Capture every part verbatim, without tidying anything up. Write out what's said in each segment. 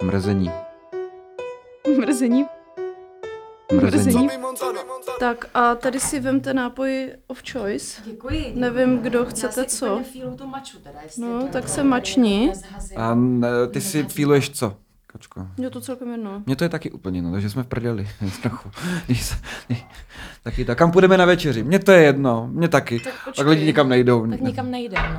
Mrzení. Mrzení. Mrzení. Tak a tady si vemte nápoj of choice. Děkuji. Nevím, kdo chcete já si co. Tu maču, teda, No, to tak se mačni. A ne, ty si fíluješ co, Kačko? Je to celkem jedno. Mně to je taky úplně jedno, takže jsme v prdeli. Taky tak, kam půjdeme na večeři? Mně to je jedno, mně taky. Tak, tak lidi nikam nejdou. Tak nikam nejde, no.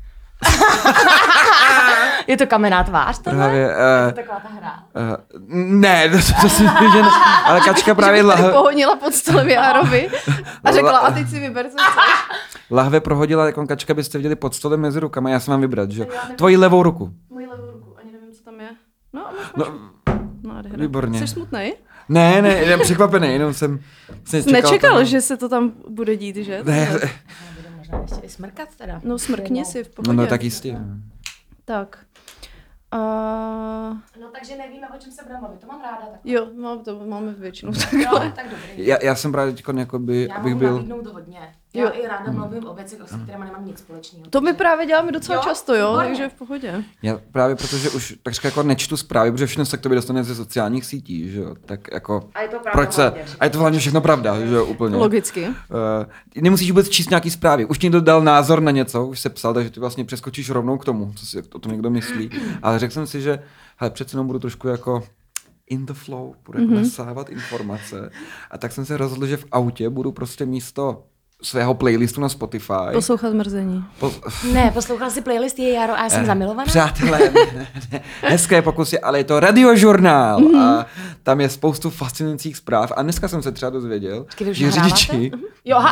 Je to kamenná tvář tohle? Právě, uh, je to taková ta hra? Uh, ne, to, to, to si myslím, že ne. Ale Kačka právě lahve... pohonila pod stolem Járovi a řekla, a teď si vyber, co chceš. Lahve prohodila, jako Kačka byste viděli pod stolem mezi rukama, já se mám vybrat, že? Tvoji levou ruku. Moji levou ruku, ani nevím, co tam je. No, a máš, No, máš. výborně. Jsi smutnej? Ne, ne, jsem překvapený, jenom jsem... jsem Jsi nečekal, tam... že se to tam bude dít, že? Ne. Bude možná ještě i smrkat teda. No, smrkni si v pohodě. No, no tak jistě. Tak. A... No takže nevíme, o čem se budeme mluvit, to mám ráda. Tak. Jo, mám to, máme většinou Jo, tak dobrý. Já, já jsem právě teďko jakoby, Já abych mohu byl... nabídnout hodně. Já Jo. i ráda mluvím o věcech, s kterými nemám nic společného. To my právě děláme docela Jo, často, jo, výborně. takže v pohodě. Já právě protože už takřka jako nečtu zprávy, protože všechno se k tobě dostane ze sociálních sítí, že jo, tak jako... A je to pravda. Proč se... A je to hlavně všechno pravda, že jo, úplně. Logicky. Uh, nemusíš vůbec číst nějaký zprávy. Už někdo dal názor na něco, už se psal, takže ty vlastně přeskočíš rovnou k tomu, co si o tom někdo myslí. Ale řekl jsem si, že hele, přece jenom budu trošku jako in the flow, budu jako mm-hmm. nasávat informace. A tak jsem se rozhodl, že v autě budu prostě místo svého playlistu na Spotify. Poslouchat mrzení. Po... Ne, poslouchal si playlist Je Jaro a já jsem eh, zamilovaná? Přátelé, ne, ne, hezké pokusy, ale je to radiožurnál mm-hmm. a tam je spoustu fascinujících zpráv. A dneska jsem se třeba dozvěděl, Počkej, že řidiči, jo,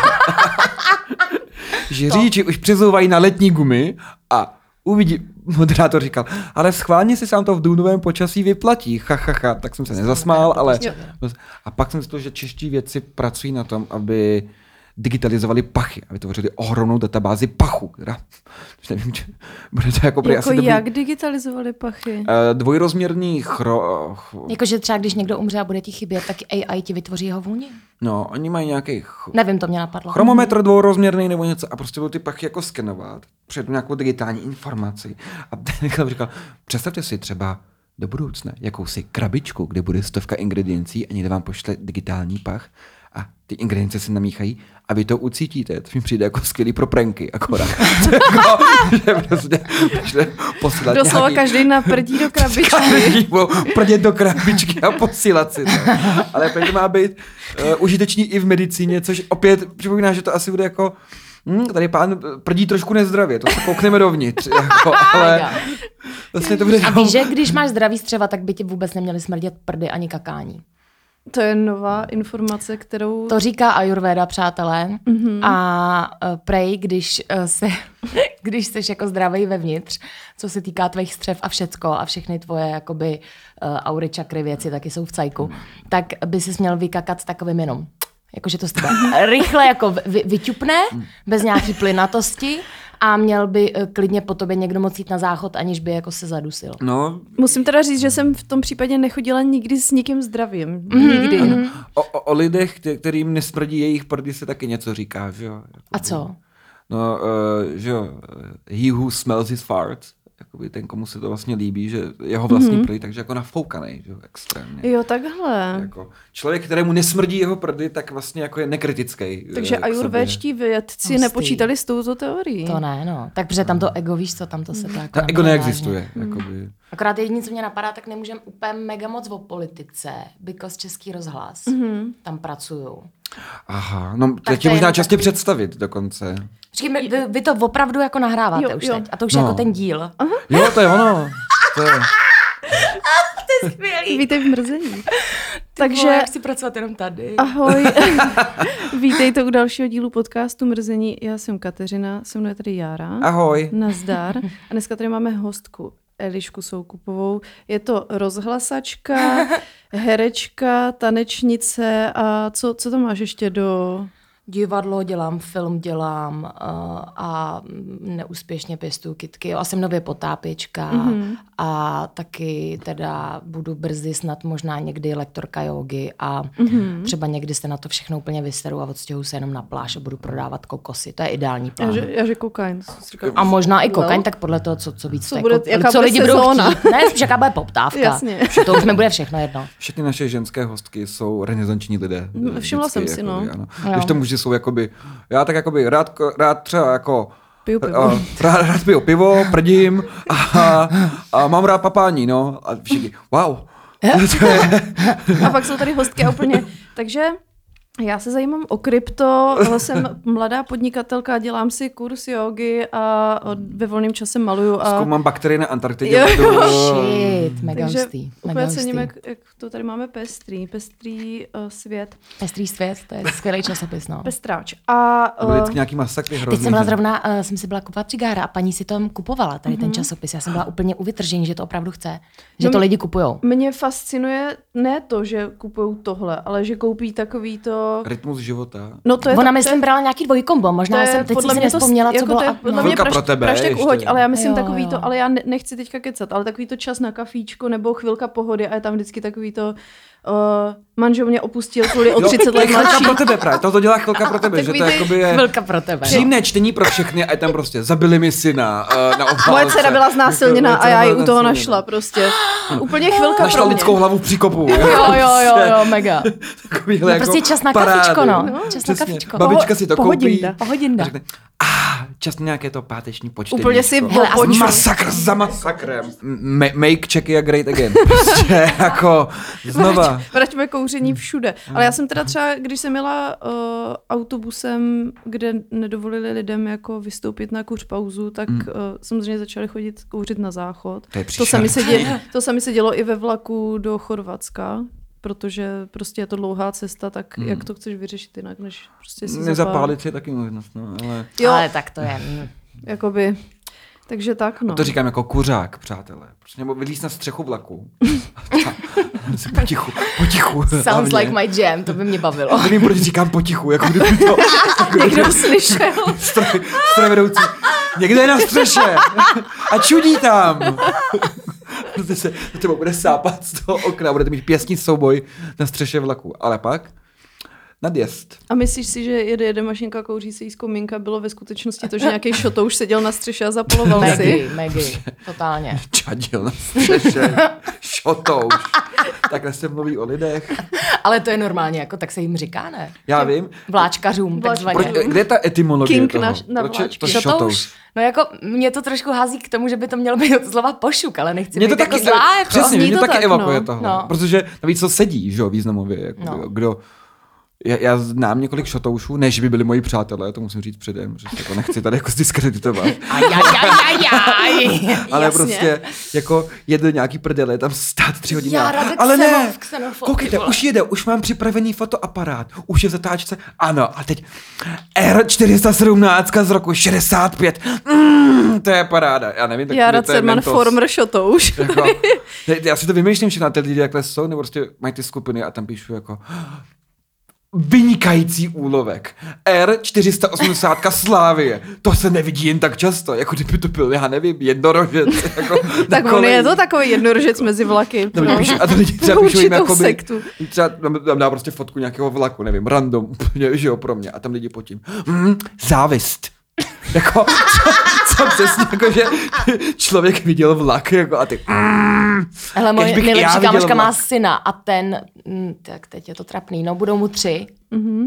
že řidiči už přezouvají na letní gumy a uvidí, moderátor říkal, ale schválně si sám to v dúnovém počasí vyplatí, ha, ha, ha. Tak jsem se nezasmál, ale... A pak jsem si to, že čeští vědci pracují na tom, aby digitalizovali pachy a vytvořili ohromnou databázi pachu, která, nevím, či, bude to jako... Jako asi jak dobrý, digitalizovali pachy? Uh, dvojrozměrný chro... Jakože třeba když někdo umře a bude ti chybět, tak A I ti vytvoří jeho vůni? No, oni mají nějaký... Ch... Nevím, to mě napadlo. Chromometr dvojrozměrný nebo něco a prostě budou ty pachy jako skenovat, přijdu nějakou digitální informaci a ten říkal, představte si třeba do budoucna jakousi krabičku, kde bude stovka ingrediencí a někde vám pošle digitální pach a ty ingredience se namíchají a vy to ucítíte. To mi přijde jako skvělý pro pranky, akorát. jako, že prostě, že posílat doslova nějaký... každý naprdí do krabičky. Prdět do krabičky a posílat si to. Ale to má být uh, užitečný i v medicíně, což opět připomíná, že to asi bude jako hm, tady pán prdí trošku nezdravě, to se koukneme dovnitř. Jako, ale vlastně to bude... A víš, že když máš zdravý střeva, tak by ti vůbec neměly smrdět prdy ani kakání. To je nová informace, kterou... To říká Ayurveda, přátelé. Mm-hmm. A uh, prej, když uh, se, když jsi jako zdravý vevnitř, co se týká tvých střev a všecko a všechny tvoje jakoby uh, aury, čakry, věci taky jsou v cajku, mm. tak by ses měl vykakat s takovým jenom. Jakože to z tebe rychle jako vy, vyťupne, mm. bez nějaký plynatosti. A měl by uh, klidně po tobě někdo moct jít na záchod, aniž by jako se zadusil. No. Musím teda říct, že jsem v tom případě nechodila nikdy s nikým zdravým. Mm-hmm. Nikdy. Mm-hmm. O, o, o lidech, kterým nesmrdí jejich prdy, se taky něco říká, že jo? Jako, a co? No, uh, že jo, he who smells his farts. Jakoby ten, komu se to vlastně líbí, že jeho vlastní mm-hmm. prdy, takže jako nafoukanej, že jo, extrémně. Jo, takhle. Jako člověk, kterému nesmrdí jeho prdy, tak vlastně jako je nekritický. Takže ajurvédští vědci no, nepočítali s touto teorií. To ne, no. Tak protože tam to ego, víš co, tam to se tak... Ta ego neexistuje, mm. jakoby. Akorát jediné, co mě napadá, tak nemůžeme úplně mega moc o politice, because Český rozhlas. Mm-hmm. Tam pracuju. Aha, no to ti možná častě takový... představit dokonce. Počkej, vy, vy to opravdu jako nahráváte jo, už jo. teď. A to už no. jako ten díl. Aha. Jo, to je ono. To je... to je skvělý. Vítej v mrzení. Takže já chci pracovat jenom tady. Ahoj. Vítejte u dalšího dílu podcastu Mrzení. Já jsem Kateřina, se mnou je tady Jára. Ahoj. Nazdar. A dneska tady máme hostku Elišku Soukupovou. Je to rozhlasačka, herečka, tanečnice a co, co tam máš ještě do... Divadlo dělám, film dělám uh, a neúspěšně pěstuju kytky. A jsem nově potápěčka mm-hmm. a taky teda budu brzy snad možná někdy lektorka jógy a mm-hmm. třeba někdy se na to všechno úplně vyseru a odstěhuju se jenom na pláž a budu prodávat kokosy. To je ideální plán. Já, že, já, že kokain. A možná i kokain, tak podle toho, co, co víc. Co, jako, bude, jaká co bude lidi sezóna. budou chtít. Ne, spíš jaká bude poptávka. Jasně. To už mi bude všechno jedno. Všechny naše ženské hostky jsou renesanční lidé. Všimla Vždycky, jsem si, jakoby, no. Ano. Když to muži jsou jakoby, já tak jakoby rád, rád třeba jako Piju pivo. Uh, rád, rád piju pivo, prdím a, a mám rád papání, no. A všichni, wow. A pak jsou tady hostky a úplně, takže já se zajímám o krypto, ale jsem mladá podnikatelka, dělám si kurz jógy a ve volném čase maluju. A... Zkoumám bakterie na Antarktidě. Shit, mega Takže hustý. úplně cením, jak, jak to tady máme pestrý, pestrý uh, svět. Pestrý svět, to je skvělý časopis, no. Pestráč. A, uh, vždycky nějaký masakry hrozný. Teď jsem byla zrovna, uh, jsem si byla kupovat cigára a paní si to kupovala, tady mm-hmm. ten časopis. Já jsem byla úplně u vytržení, že to opravdu chce, že no, to lidi kupujou. Mě fascinuje ne to, že kupujou tohle, ale že koupí takový to... Rytmus života. No to je Ona to, myslím je... brala nějaký dvojkombo, možná jsem teď si nespomněla, co jako bylo. To je, podle mě praš, pro tebe, praštek uhoď, ale já myslím jo, takový jo. to, ale já ne, nechci teďka kecat, ale takový to čas na kafíčko nebo chvilka pohody a je tam vždycky takový to uh, manžel mě opustil kvůli o třicet let chvilka mladší. pro tebe právě, to, to dělá chvilka pro tebe, že to jakoby je chvilka pro tebe. příjemné čtení pro všechny a je tam prostě zabili mi syna uh, na obálce. Moje dcera byla znásilněná a já ji u toho našla prostě. Úplně chvilka Našla pro mě. lidskou hlavu v příkopu. Jo, jo, jo, jo, mega. Takovýhle No prostě čas na parády. kafičko, no. No, Čas na Přesně. kafičko. Babička si to Pohodinda. koupí. Pohodinda. A řekne, ah, čas na nějaké to páteční počtení. Úplně si Hele, a poču. Masakr za masakrem. Ma- make Czechia great again. Prostě jako znova. Vrať, vraťme kouření všude. Ale já jsem teda třeba, když jsem jela uh, autobusem, kde nedovolili lidem jako vystoupit na kuřpauzu, tak mm. uh, samozřejmě začali chodit kouřit na záchod. To je to sami se dělo, to sami se dělo i ve vlaku do Chorvatska, protože prostě je to dlouhá cesta, tak mm. jak to chceš vyřešit jinak, než prostě si Nezapálit si je taky možnost, no, ale... Jo, Ale tak to je. Mm. jakoby... Takže tak, no. A to říkám jako kuřák, přátelé. Prostě nebo vylíz na střechu vlaku. Potichu, potichu. Sounds like my jam, to by mě bavilo. Nevím, proč říkám potichu, jako kdyby to... Někdo slyšel. Stroj, strojvedoucí. Někde je na střeše. A čudí tam. Prostě se to tebou bude sápat z toho okna. Budete mít pěstní souboj na střeše vlaku. Ale pak nadjezd. A myslíš si, že jede jede mašinka, kouří se jí z komínka, bylo ve skutečnosti to, že nějaký šotouš seděl na střeše a zapaloval si? Maggie, Maggie, totálně. Čadil na střeše. Šotouš. Takhle se mluví o lidech. Ale to je normálně, jako tak se jim říká, ne? Já vím. Vláčkařům, takzvaně. Proč, kde je ta etymologie King toho? na, na Proč je to vláčky. šotouš? No jako mě to trošku hází k tomu, že by to mělo být od slova pošuk, ale nechci Mě být to jako taky, zlá. Jako. přesně, Zní mě to taky tak, evakuje no. toho. No. Protože navíc to sedí, že jo, významově. Jako, No. Kdo, já, já znám několik šotoušů, než by byli moji přátelé, to musím říct předem, že to nechci tady jako zdiskreditovat. Ajajajajaj. Ale Jasně. prostě jako jede nějaký prdele, tam stát tři hodiny. Já ráda Ale ne, xenov, xenofobky, koukejte, vole. už jede, už mám připravený fotoaparát, už je v zatáčce, ano, a teď R čtyři sta sedmnáct z roku šedesát pět, mm, to je paráda, já nevím, tak Jara to je Cerman, mentos. former šotouš. Jako, já si to vymýšlím, že na ty lidi jakhle jsou, nebo prostě mají ty skupiny a tam píšu jako vynikající úlovek. R čtyři sta osmdesát Slávie. To se nevidí jen tak často, jako kdyby to byl, já nevím, jednorožec. Jako Tak on je to takový jednorožec mezi vlaky. No, No. píšu, a to lidi třeba Pro píšou jim určitou jakoby, sektu. třeba tam, tam dá prostě fotku nějakého vlaku, nevím, random, úplně, že jo, pro mě. A tam lidi pod tím, mm, závist. Jako, co, co přesně, jako, že člověk viděl vlak, jako a ty, mm, Hele, moje kež bych nejlepší já viděl kámoška má vlak. syna a ten, mm, tak teď je to trapný, no budou mu tři. Mhm.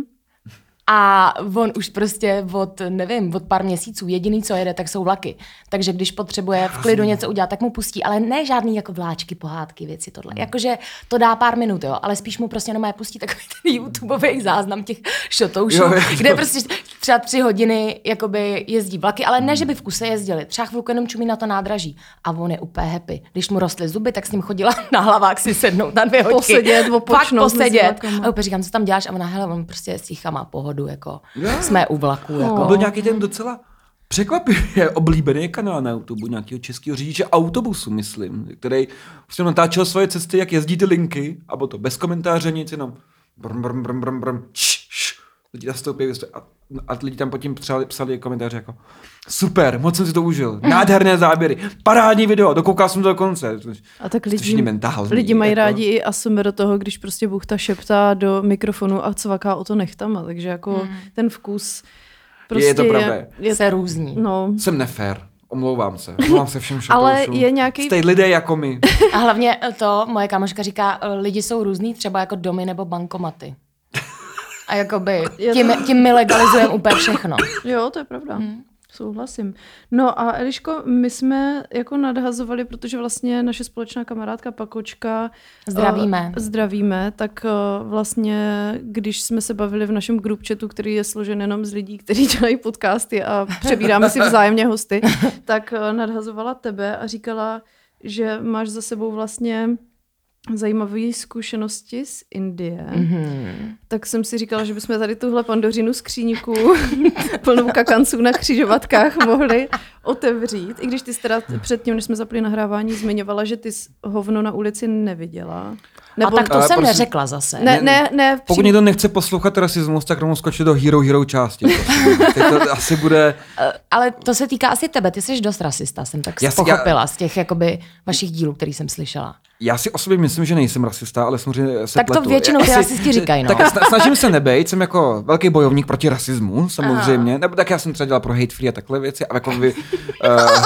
A on už prostě od, nevím, od pár měsíců jediný, co jede, tak jsou vlaky. Takže když potřebuje v klidu něco udělat, tak mu pustí, ale ne žádný jako vláčky, pohádky, věci, tohle. Jakože to dá pár minut, jo, ale spíš mu prostě jenom je pustí takový ten YouTubeový záznam těch šotoušů, Jo, jo. kde prostě třeba tři hodiny jakoby jezdí vlaky, ale ne, že by v kuse jezdili. Třeba chvilku jenom čumí na to nádraží. A on je úplně happy. Když mu rostly zuby, tak s ním chodila na hlavách si sednout na dvě hodiny. Posedět, Fakt opočnout mezi posedět. vlakama. A úplně říkám, co tam děláš? A ona, hele, on prostě sticha, má pohodu, jako jsme u vlaku. Jako. To byl nějaký ten docela překvapivě oblíbený kanál na YouTube nějakého českého řidiče autobusu, myslím, který prostě natáčel svoje cesty, jak jezdí ty linky, a bylo to bez komentáře nic, jenom brum, brum, brum, brum, brum, č, š, lidi nastoupí a, a lidi tam potom psali, psali komentáře jako super, moc jsem si to užil, nádherné záběry, parádní video, dokoukal jsem to do konce. A tak lidi, mentální, lidi mají jako... rádi i asumir do toho, když prostě buchta šeptá do mikrofonu a cvaká o to nechtama, takže jako hmm. ten vkus prostě je to pravda. Je, je se různí. No. Jsem nefér. Omlouvám se. Omlouvám se všem šopoušům. Ale je nějaký... Jste lidé jako my. A hlavně to, moje kámoška říká, lidi jsou různý, třeba jako domy nebo bankomaty. A jakoby tím, tím my legalizujeme úplně všechno. Jo, to je pravda. Hmm. Souhlasím. No a Eliško, my jsme jako nadhazovali, protože vlastně naše společná kamarádka Pakočka zdravíme. Uh, zdravíme, tak uh, vlastně, když jsme se bavili v našem group chatu, který je složen jenom z lidí, kteří dělají podcasty a přebíráme si vzájemně hosty, tak uh, nadhazovala tebe a říkala, že máš za sebou vlastně zajímavé zkušenosti z Indie. Mm-hmm. Tak jsem si říkala, že bychom tady tuhle pandořinu skříňku plnou kakanců na křižovatkách mohli otevřít. I když ty jsi teda předtím, než jsme zapli nahrávání, zmiňovala, že ty jsi hovno na ulici neviděla. Nebo... A tak to a, jsem prosím, neřekla zase. Ne, ne, ne, Pokud přím... někdo nechce poslouchat rasismus, tak rovnou skočit do Hero Hero části. To asi bude... Ale to se týká asi tebe, ty jsi dost rasista, jsem tak já pochopila já... z těch jakoby vašich dílů, který jsem slyšela. Já si osobně myslím, že nejsem rasista, ale samozřejmě se tak pletu. To většinou ty rasisti říkají, no. Tak snažím se nebejt, jsem jako velký bojovník proti rasismu, samozřejmě. Aha. Nebo tak já jsem třeba dělal pro hate free a takhle věci. A, jako vy, uh,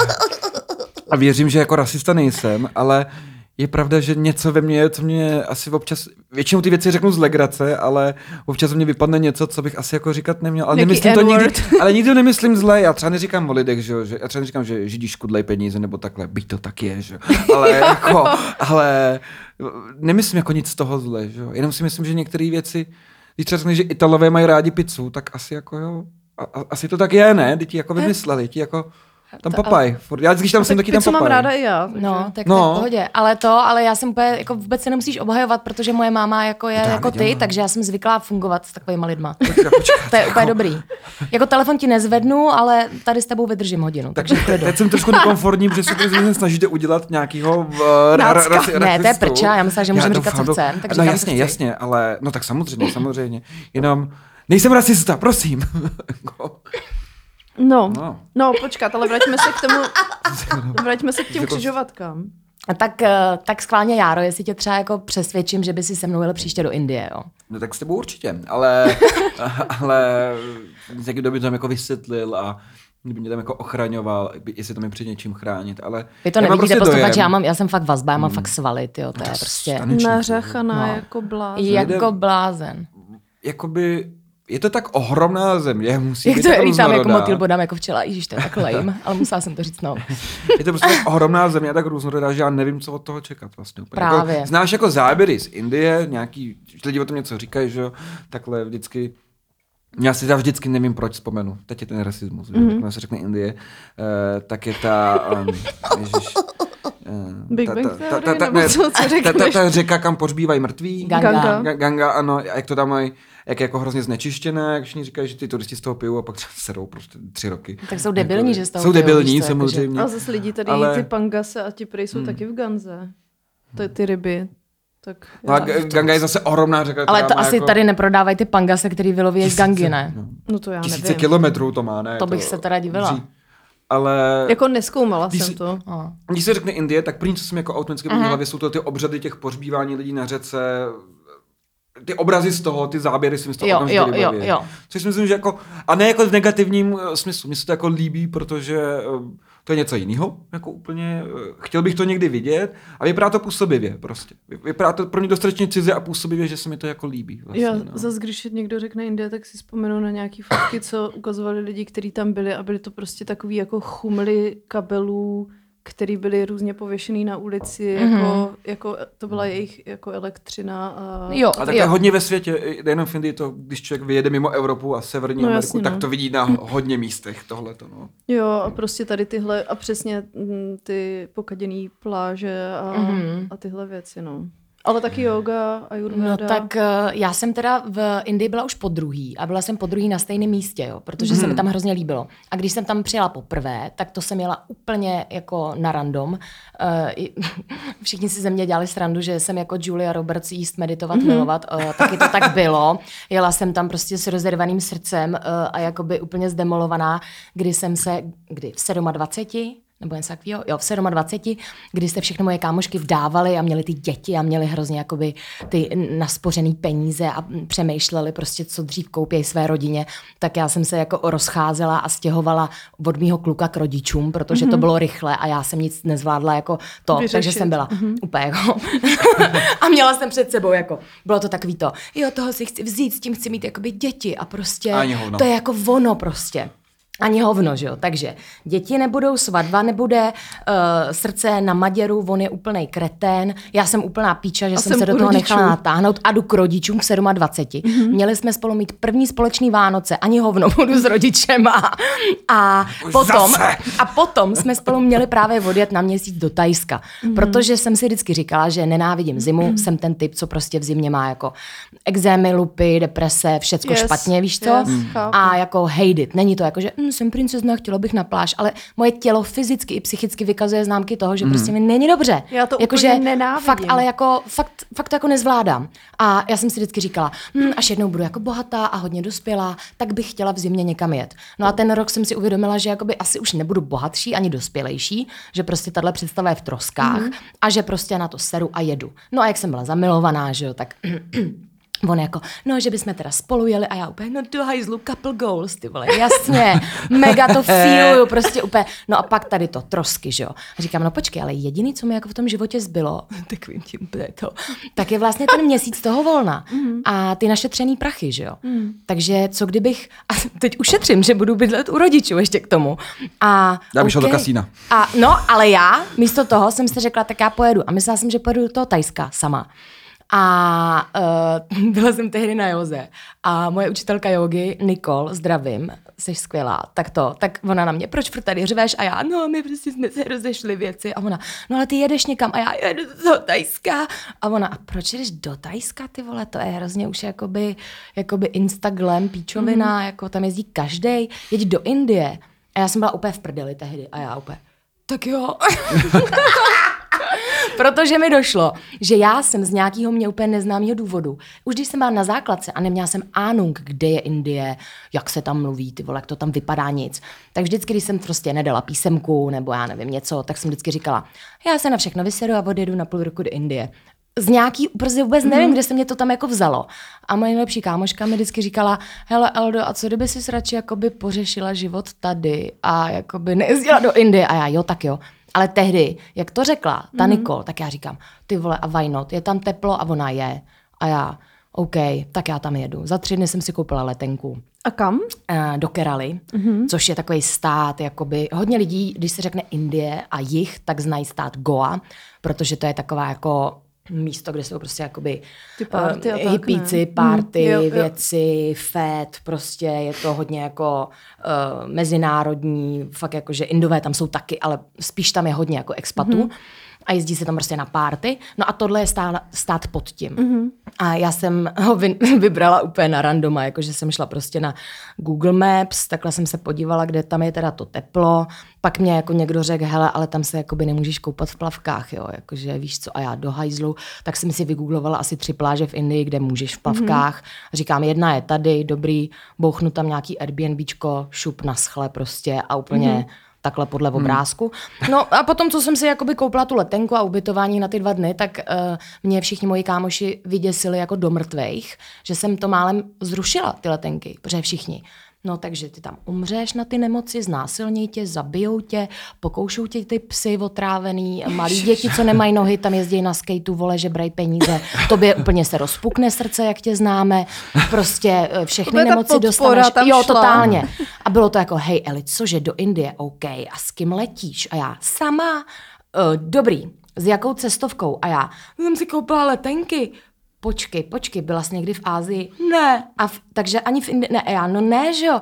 a věřím, že jako rasista nejsem, ale je pravda, že něco ve mně, co mě asi občas, většinou ty věci řeknu z legrace, ale občas mě vypadne něco, co bych asi jako říkat neměl. Ale nemyslím to nikdy, ale nikdy nemyslím zle. Já třeba neříkám o lidech, že, že já třeba neříkám, že Židi škudlej peníze nebo takhle, byť to tak je, že ale jako, ale nemyslím jako nic z toho zle, že jenom si myslím, že některé věci, když třeba řekne, že Italové mají rádi pizzu, tak asi jako jo, a, a, asi to tak je, ne? Ty ti jako vymysleli, ti jako tam Popaj. Já když tam jsem taky tam Popaj. Mám ráda i já. Takže... No, tak no. to je v pohodě. Ale to, ale já jsem úplně, jako vůbec se nemusíš obhajovat, protože moje máma jako je to jako ty, nedělám. Takže já jsem zvyklá fungovat s takovýma lidma. Počkat, počkat, to je úplně dobrý. Jako telefon ti nezvednu, ale tady s tebou vydržím hodinu. Takže teď, teď jsem trošku nekomfortní, protože se to snažíte udělat nějakýho uh, rasistu. Ne, to je prča, já myslím, že můžeme říkat, co chcem. No jasně, jasně, ale no tak samozřejmě, samozřejmě. Jenom nejsem rasista, prosím. No, no, no, počkat, ale vraťme se k tomu, vraťme se k těm křižovatkám. A tak, tak schválně, Járo, jestli tě třeba jako přesvědčím, že by si se mnou jel příště do Indie, jo? No tak s tebou určitě, ale, ale někdo by to tam jako vysvětlil a by mě tam jako ochraňoval, jestli to mi před něčím chránit, ale... Vy to nevidíte, prostě posluchači, já, mám, já jsem fakt vazba, já mám hmm. fakt svaly, tyjo, to, to je prostě... Nařachaná no. jako blázen. Jako blázen. Jakoby... Je to tak ohromná země, musí Jak být to je, lítám jako různorodá. motýl bodám jako včela, ježiš, to je tak lame, ale musela jsem to říct, no. Je to prostě tak ohromná země a tak různorodá, že já nevím, co od toho čekat vlastně. Právě. Jako, znáš jako záběry z Indie, nějaký, lidi o tom něco říkají, že jo, takhle vždycky, já si já vždycky nevím, proč vzpomenu, teď je ten rasismus, mm-hmm. když se řekne Indie, uh, tak je ta, um, ježiš, Big Bang Theory, nebo co, co řekneš? Ta řeka, kam pohřbívají mrtví. Ganga. Ganga, ano, jak to tam mají, jak je jako hrozně znečištěné, jak všichni říkají, že ty turisti z toho pijou a pak serou prostě tři roky. Tak jsou debilní, že z toho Jsou pijou, debilní, co, samozřejmě. A zase lidi tady, ale... ty pangase a ti prej jsou hmm. taky v Ganze. To ty ryby. Tak no a Ganga je zase ohromná řeka. Ale to asi jako... tady neprodávají ty pangase, který vyloví z Gangy, ne? No. no to já Tisíce nevím. kilometrů to má, ne? To bych to... se teda divila. Dří. Ale... Jako neskoumala když jsem si, to. Když se řekne Indie, tak první, co jsem jako automaticky v hlavě, jsou to ty obřady těch pohřbívání lidí na řece, ty obrazy z toho, ty záběry si myslím, jo, jo, jo, jo. Což si myslím, že jako, a ne jako v negativním smyslu, mně se to jako líbí, protože to je něco jiného, jako úplně, chtěl bych to někdy vidět a vypadá to působivě prostě. Vypadá to pro mě dostatečně cize a působivě, že se mi to jako líbí. Vlastně, Já no. zase, když někdo řekne Indie, tak si vzpomenu na nějaký fotky, co ukazovali lidi, kteří tam byli a byli to prostě takový jako chumly kabelů, který byly různě pověšený na ulici, mm-hmm. jako, jako to byla jejich jako elektřina. A, jo, a tak hodně ve světě, nejenom v Indii, to, když člověk vyjede mimo Evropu a Severní no, Ameriku, jasně, tak no. to vidí na hodně místech tohleto. No. Jo, a prostě tady tyhle, a přesně ty pokaděný pláže a, mm-hmm. a tyhle věci, no. Ale taky yoga, ayurveda. No tak uh, já jsem teda v Indii byla už po druhý a byla jsem po druhý na stejném místě, jo, protože hmm. se mi tam hrozně líbilo. A když jsem tam přijela poprvé, tak to jsem jela úplně jako na random. Uh, všichni si ze mě dělali srandu, že jsem jako Julia Roberts jíst, meditovat, hmm. milovat. Uh, taky to tak bylo. Jela jsem tam prostě s rozervaným srdcem uh, a jakoby úplně zdemolovaná, kdy jsem se, kdy v dvaceti sedmi nebo něco takového, jo, v dvaceti sedmi, kdy jste všechny moje kámošky vdávali a měli ty děti a měli hrozně jakoby ty naspořený peníze a přemýšleli prostě, co dřív koupějí své rodině, tak já jsem se jako rozcházela a stěhovala od mýho kluka k rodičům, protože mm-hmm. to bylo rychle a já jsem nic nezvládla jako to, vyřešit. Takže jsem byla mm-hmm. úplně jako a měla jsem před sebou jako, bylo to takový to, jo, toho si chci vzít, s tím chci mít jakoby děti a prostě to je jako ono prostě. Ani hovno, že jo? Takže děti nebudou, svatba nebude, uh, srdce na Maděru, on je úplnej kretén, já jsem úplná píča, že a jsem, jsem se do toho rodičů. nechala natáhnout a jdu k rodičům v dvaceti sedmi. Mm-hmm. Měli jsme spolu mít první společný Vánoce, ani hovno, budu s rodičema. A potom, a potom jsme spolu měli právě odjet na měsíc do Thajska, mm-hmm. protože jsem si vždycky říkala, že nenávidím zimu, mm-hmm. jsem ten typ, co prostě v zimě má jako exémy, lupy, deprese, všecko yes, špatně, víš co? Yes, a jako hate it, není to jako, že hm, jsem princezna, chtěla bych na pláž, ale moje tělo fyzicky i psychicky vykazuje známky toho, že mm. prostě mi není dobře. Já to jako, úplně že nenávidím. Fakt, ale jako, fakt, fakt to jako nezvládám. A já jsem si vždycky říkala, hm, až jednou budu jako bohatá a hodně dospělá, tak bych chtěla v zimě někam jet. No a ten rok jsem si uvědomila, že jakoby asi už nebudu bohatší ani dospělejší, že prostě tahle představa je v troskách mm. a že prostě na to seru a jedu. No a jak jsem byla zamilovaná, že jo, tak on jako, no, že bychom teda spolu jeli a já úplně, no do hajzlu, couple goals, ty vole, jasně, mega to feeluju, prostě úplně, no a pak tady to, trosky, že jo. A říkám, no počkej, ale jediný, co mi jako v tom životě zbylo, takovým tím to, tak je vlastně ten měsíc toho volna mm. a ty našetřený prachy, že jo. Mm. Takže co kdybych, a teď ušetřím, že budu bydlet u rodičů ještě k tomu. A já bych šel okay. do kasína. A no, ale já místo toho jsem si řekla, tak já pojedu a myslela jsem, že pojedu do toho Thajska sama. A uh, byla jsem tehdy na józe a moje učitelka jógy, Nicole, zdravím, jsi skvělá, tak to, tak ona na mě, proč furt tady řveš? A já, no, my prostě jsme se rozešli věci. A ona, no ale ty jedeš někam a já jedu do Thajska. A ona, a proč jdeš do Thajska, ty vole, to je hrozně už jakoby, jakoby Instagram, píčovina, mm. jako tam jezdí každej, jeď do Indie. A já jsem byla úplně v prdeli tehdy a já úplně, tak jo. Protože mi došlo, že já jsem z nějakého mě úplně neznámého důvodu, už když jsem byla na základce a neměla jsem ánung, kde je Indie, jak se tam mluví, ty vole, jak to tam vypadá, nic. Tak vždycky, když jsem prostě nedala písemku nebo já nevím něco, tak jsem vždycky říkala, já se na všechno vysedu a odjedu na půl roku do Indie. Z nějaký, prostě vůbec nevím, mm. kde se mě to tam jako vzalo. A moje nejlepší kámoška mi vždycky říkala, hele Eldo, a co kdyby jsi radši jakoby pořešila život tady a jakoby nejezdila do Indie? A já, jo, tak jo. Ale tehdy, jak to řekla ta mm. Nicole, tak já říkám, ty vole, a why not? Je tam teplo a ona je. A já, OK, tak já tam jedu. Za tři dny jsem si koupila letenku. A kam? Do Kerali, mm-hmm. což je takový stát, jakoby, hodně lidí, když se řekne Indie a jih, tak znají stát Goa, protože to je taková jako místo, kde jsou prostě jakoby ty party uh, hippíci, party, mm, jo, jo. věci, fét, prostě je to hodně jako uh, mezinárodní, fakt jako, že Indové tam jsou taky, ale spíš tam je hodně jako expatů. Mm-hmm. A jezdí se tam prostě na párty. No a tohle je stát, stát pod tím. Mm-hmm. A já jsem ho vy, vybrala úplně na randoma, jakože jsem šla prostě na Google Maps, takhle jsem se podívala, kde tam je teda to teplo. Pak mě jako někdo řekl, hele, ale tam se jakoby nemůžeš koupat v plavkách, jo, jakože víš co, a já do hajzlu, tak jsem si vygooglovala asi tři pláže v Indii, kde můžeš v plavkách. Mm-hmm. Říkám, jedna je tady, dobrý, bouchnu tam nějaký Airbnbčko, šup na schle prostě a úplně... Mm-hmm. takhle podle obrázku. No a potom, co jsem si jakoby koupila tu letenku a ubytování na ty dva dny, tak uh, mě všichni moji kámoši vyděsili jako do mrtvejch, že jsem to málem zrušila, ty letenky, protože všichni. No takže ty tam umřeš na ty nemoci, znásilní tě, zabijou tě, pokoušou tě ty psy otrávený, malí děti, co nemají nohy, tam jezdí na skateu, vole, že brají peníze. Tobě úplně se rozpukne srdce, jak tě známe. Prostě všechny nemoci dostaneš. Jo, šla. Totálně. A bylo to jako, hej Eli, cože do Indie, OK, a s kým letíš? A já, sama, uh, dobrý, s jakou cestovkou? A já, jsem si koupila letenky. Počkej, počkej, byla jsi někdy v Ázii? Ne. A v, takže ani v Indii, ne, já, no ne, že jo.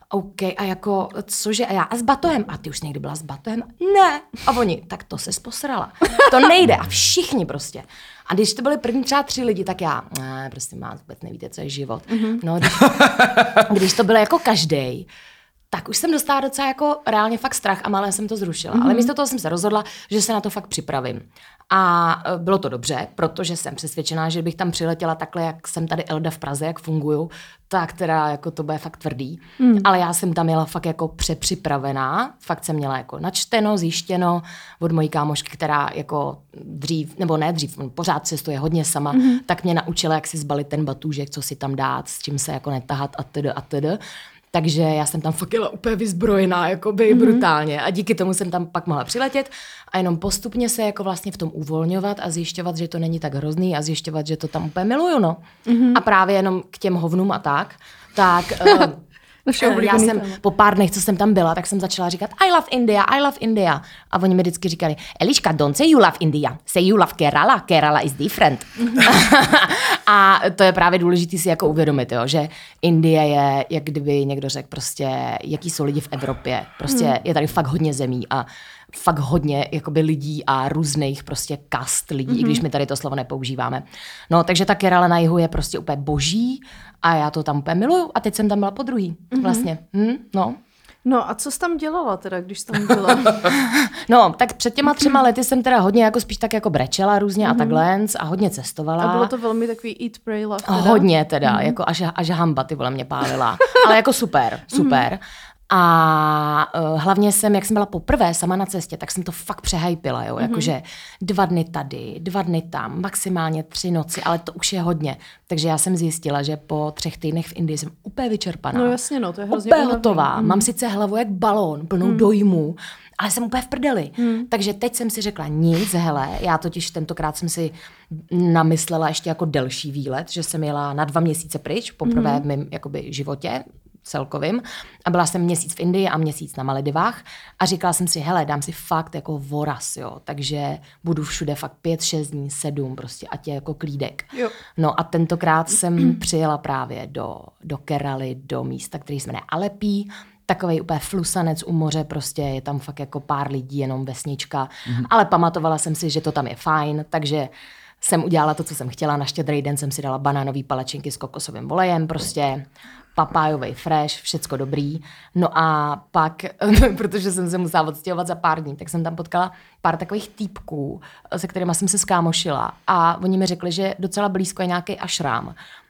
OK, a jako, cože, a já a s batohem, a ty už někdy byla s batohem? Ne. A oni, tak to se posrala. To nejde. A všichni prostě. A když to byly první třeba tři lidi, tak já, ne, prostě má, vůbec nevíte, co je život. Mm-hmm. No, když, když to bylo jako každej, tak už jsem dostala docela jako reálně fakt strach a malé jsem to zrušila. Mm-hmm. Ale místo toho jsem se rozhodla, že se na to fakt připravím. A bylo to dobře, protože jsem přesvědčená, že bych tam přiletěla takhle, jak jsem tady Elda v Praze, jak funguju, tak teda jako to bude fakt tvrdý. Mm. Ale já jsem tam jela fakt jako přepřipravená, fakt jsem měla jako načteno, zjištěno od mojí kámošky, která jako dřív, nebo ne dřív, pořád cestuje hodně sama, mm. tak mě naučila, jak si zbalit ten batůžek, co si tam dát, s čím se jako netahat a td. a td. Takže já jsem tam fakt jela úplně vyzbrojená, jakoby mm-hmm. brutálně. A díky tomu jsem tam pak mohla přiletět a jenom postupně se jako vlastně v tom uvolňovat a zjišťovat, že to není tak hrozný a zjišťovat, že to tam úplně miluju, no. Mm-hmm. A právě jenom k těm hovnům a tak, tak uh, já jsem téma. Po pár dnech, co jsem tam byla, tak jsem začala říkat I love India, I love India. A oni mi vždycky říkali, Eliška, don't say you love India, say you love Kerala, Kerala is different. A to je právě důležité si jako uvědomit, jo, že Indie je, jak kdyby někdo řekl prostě, jaký jsou lidi v Evropě. Prostě hmm. je tady fakt hodně zemí a fakt hodně jakoby lidí a různých prostě kast lidí, mm-hmm. i když my tady to slovo nepoužíváme. No, takže ta Kerala na jihu je prostě úplně boží a já to tam úplně miluju a teď jsem tam byla po druhý mm-hmm. vlastně. Hm, no. No a co jsi tam dělala teda, když jsi tam byla? No, tak před těma třema lety jsem teda hodně jako spíš tak jako brečela různě mm-hmm. a takhle a hodně cestovala. A bylo to velmi takový eat, pray, love teda? Hodně teda, mm-hmm. jako až, až hamba ty vole mě pálila. Ale jako super, super. Mm-hmm. A uh, hlavně jsem, jak jsem byla poprvé sama na cestě, tak jsem to fakt přehypila, jo, mm-hmm. jakože dva dny tady, dva dny tam, maximálně tři noci, ale to už je hodně. Takže já jsem zjistila, že po třech týdnech v Indii jsem úplně vyčerpaná. No jasně, no, to je hrozně úplně hotová. Mm. Mám sice hlavu jak balón, plnou mm. dojmů, ale jsem úplně v prdeli. Mm. Takže teď jsem si řekla nic, hele, já totiž tentokrát jsem si namyslela ještě jako delší výlet, že jsem jela na dva měsíce pryč, poprvé mm. v mém jakoby životě, celkovým. A byla jsem měsíc v Indii a měsíc na Maledivách a říkala jsem si, hele, dám si fakt jako voraz, jo, takže budu všude fakt pět, šest dní, sedm, prostě ať je jako klídek. Jo. No a tentokrát jsem přijela právě do, do Keraly, do místa, který se jmenuje Alepí, takovej úplně flusanec u moře, prostě je tam fakt jako pár lidí, jenom vesnička, mm-hmm. ale pamatovala jsem si, že to tam je fajn, takže jsem udělala to, co jsem chtěla, na Štědrý den jsem si dala banánový palačinky s kokosovým olejem, prostě papájovej fresh, všecko dobrý. No a pak, protože jsem se musela odstěhovat za pár dní, tak jsem tam potkala pár takových týpků, se kterými jsem se skámošila. A oni mi řekli, že docela blízko je nějaký ašrám.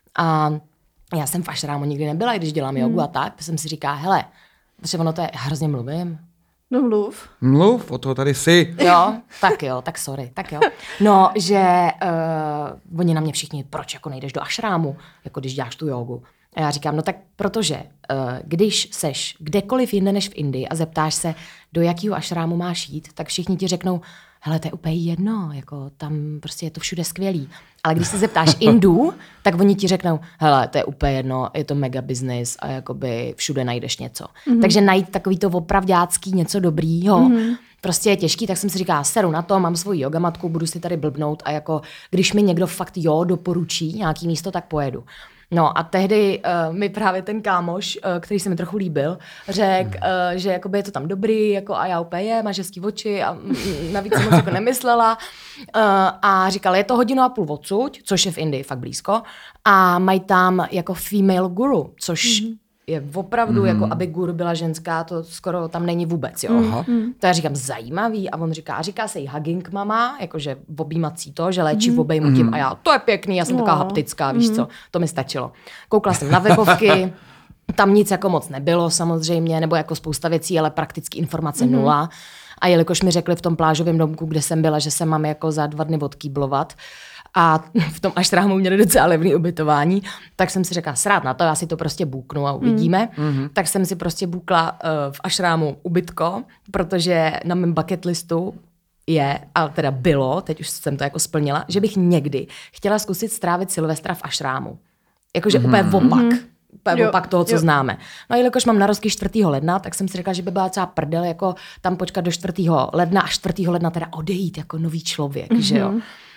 A já jsem v ašrámu nikdy nebyla, když dělám jogu hmm. a tak, jsem si říká, hele, protože ono to je, hrozně mluvím. No mluv. Mluv, o toho tady jsi. Jo, tak jo, tak sorry, tak jo. No, že uh, oni na mě všichni, proč jako nejdeš do ašrámu, jako když děláš tu jogu. A já říkám, no tak protože, uh, když seš kdekoliv jinde než v Indii a zeptáš se, do jakého ašrámu máš jít, tak všichni ti řeknou, hele, to je úplně jedno, jako tam prostě je to všude skvělý. Ale když se zeptáš Indů, tak oni ti řeknou, hele, to je úplně jedno, je to mega business a jakoby všude najdeš něco. Mm-hmm. Takže najít takový to opravďácký něco dobrýho, mm-hmm. prostě je těžký, tak jsem si říkala, seru na to, mám svoji jogamatku, budu si tady blbnout a jako, když mi někdo fakt jo doporučí nějaký místo, tak pojedu. No a tehdy uh, mi právě ten kámoš, uh, který se mi trochu líbil, řekl, uh, že jakoby je to tam dobrý, jako a já úplně je, máš hezký oči a mm, navíc jsem moc jako nemyslela. Uh, a říkal, je to hodinu a půl odsud, což je v Indii fakt blízko, a mají tam jako female guru, což mm-hmm. je opravdu, mm. jako aby guru byla ženská, to skoro tam není vůbec, jo. Mm. To já říkám zajímavý a on říká, a říká se jí hugging mama, jakože objímací to, že léčí mm. v obejmutím mm. a já, to je pěkný, já jsem no. taková haptická, víš mm. co, to mi stačilo. Koukla jsem na webovky, tam nic jako moc nebylo samozřejmě, nebo jako spousta věcí, ale prakticky informace mm. nula. A jelikož mi řekli v tom plážovém domku, kde jsem byla, že se mám jako za dva dny odkýblovat, a v tom ašrámu měli docela levný ubytování, tak jsem si řekla, srát na to, já si to prostě bůknu a uvidíme. Mm. Tak jsem si prostě bůkla uh, v ašrámu ubytko, protože na mém bucket listu je, a teda bylo, teď už jsem to jako splnila, že bych někdy chtěla zkusit strávit Silvestra v ašrámu. Jakože mm. úplně opak. Mm. Úplně opak toho, co jo. známe. No a jelikož mám narozky čtvrtého ledna, tak jsem si řekla, že by byla celá prdel, jako tam počkat do čtvrtého ledna a čtvrtého ledna teda odejít jako nový člověk, mm-hmm. že jo.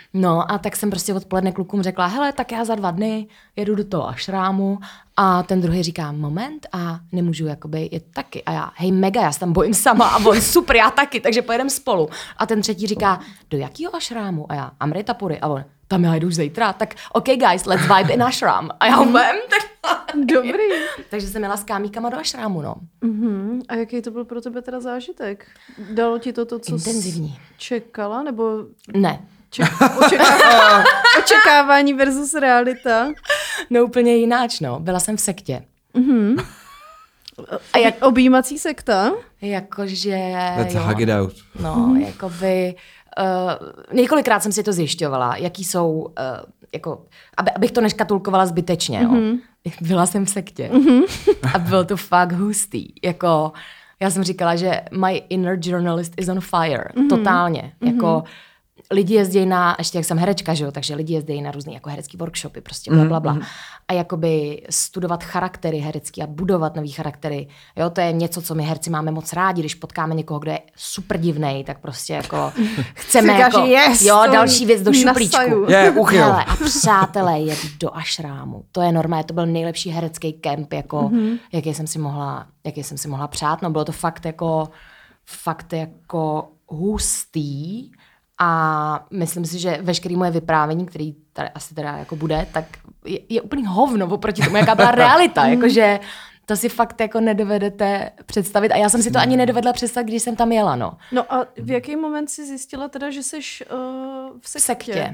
No a tak jsem prostě odpoledne klukům řekla, hele, tak já za dva dny jedu do toho ašrámu a ten druhý říká, moment a nemůžu jakoby jet taky. A já, hej mega, já se tam bojím sama a on super, já taky, takže pojedeme spolu. A ten třetí říká, do jakého ašrámu? A já, Amrita Puri. A on, tam já jdu už zítra, tak OK guys, let's vibe in ashram. A já vem, tak... Dobrý. Takže jsem jela s kámíkama do ašrámu, no. Uh-huh. A jaký to byl pro tebe teda zážitek? Dalo ti to to, co Intenzivní. jsi čekala, nebo... Ne. Ček- očekávání, očekávání versus realita? No úplně jináč, no. Byla jsem v sektě. Uh-huh. A jak objímací sekta? Jakože... Let's hug it out. No, mm-hmm. jakoby... Uh, několikrát jsem si to zjišťovala, jaký jsou, uh, jako, aby, abych to neškatulkovala zbytečně, mm-hmm. jo. Byla jsem v sektě mm-hmm. a bylo to fakt hustý. Jako, já jsem říkala, že my inner journalist is on fire. Mm-hmm. Totálně. Mm-hmm. Jako, lidi jezdí na, ještě jak jsem herečka, že jo, takže lidi jezdí na různý jako herecký workshopy, prostě bla, bla, bla. Mm-hmm. A jakoby studovat charaktery herecký a budovat nový charaktery, jo, to je něco, co my herci máme moc rádi, když potkáme někoho, kdo je super divnej, tak prostě jako chceme Říkáš, jako, yes, jo, další věc do šuplíčku. Je, uchyl. Hele, a přátelé, jet do ašrámu, to je normálně, to byl nejlepší herecký kemp, jako, mm-hmm. jaký jsem si mohla, jaký jsem si mohla přát, no bylo to fakt jako, fakt jako hustý. A myslím si, že veškeré moje vyprávění, který tady asi teda jako bude, tak je, je úplný hovno oproti tomu, jaká byla realita. Jakože to si fakt jako nedovedete představit. A já jsem si to ani nedovedla představit, když jsem tam jela, no. No a v jaký moment si zjistila teda, že jsi uh, v sektě? V sektě.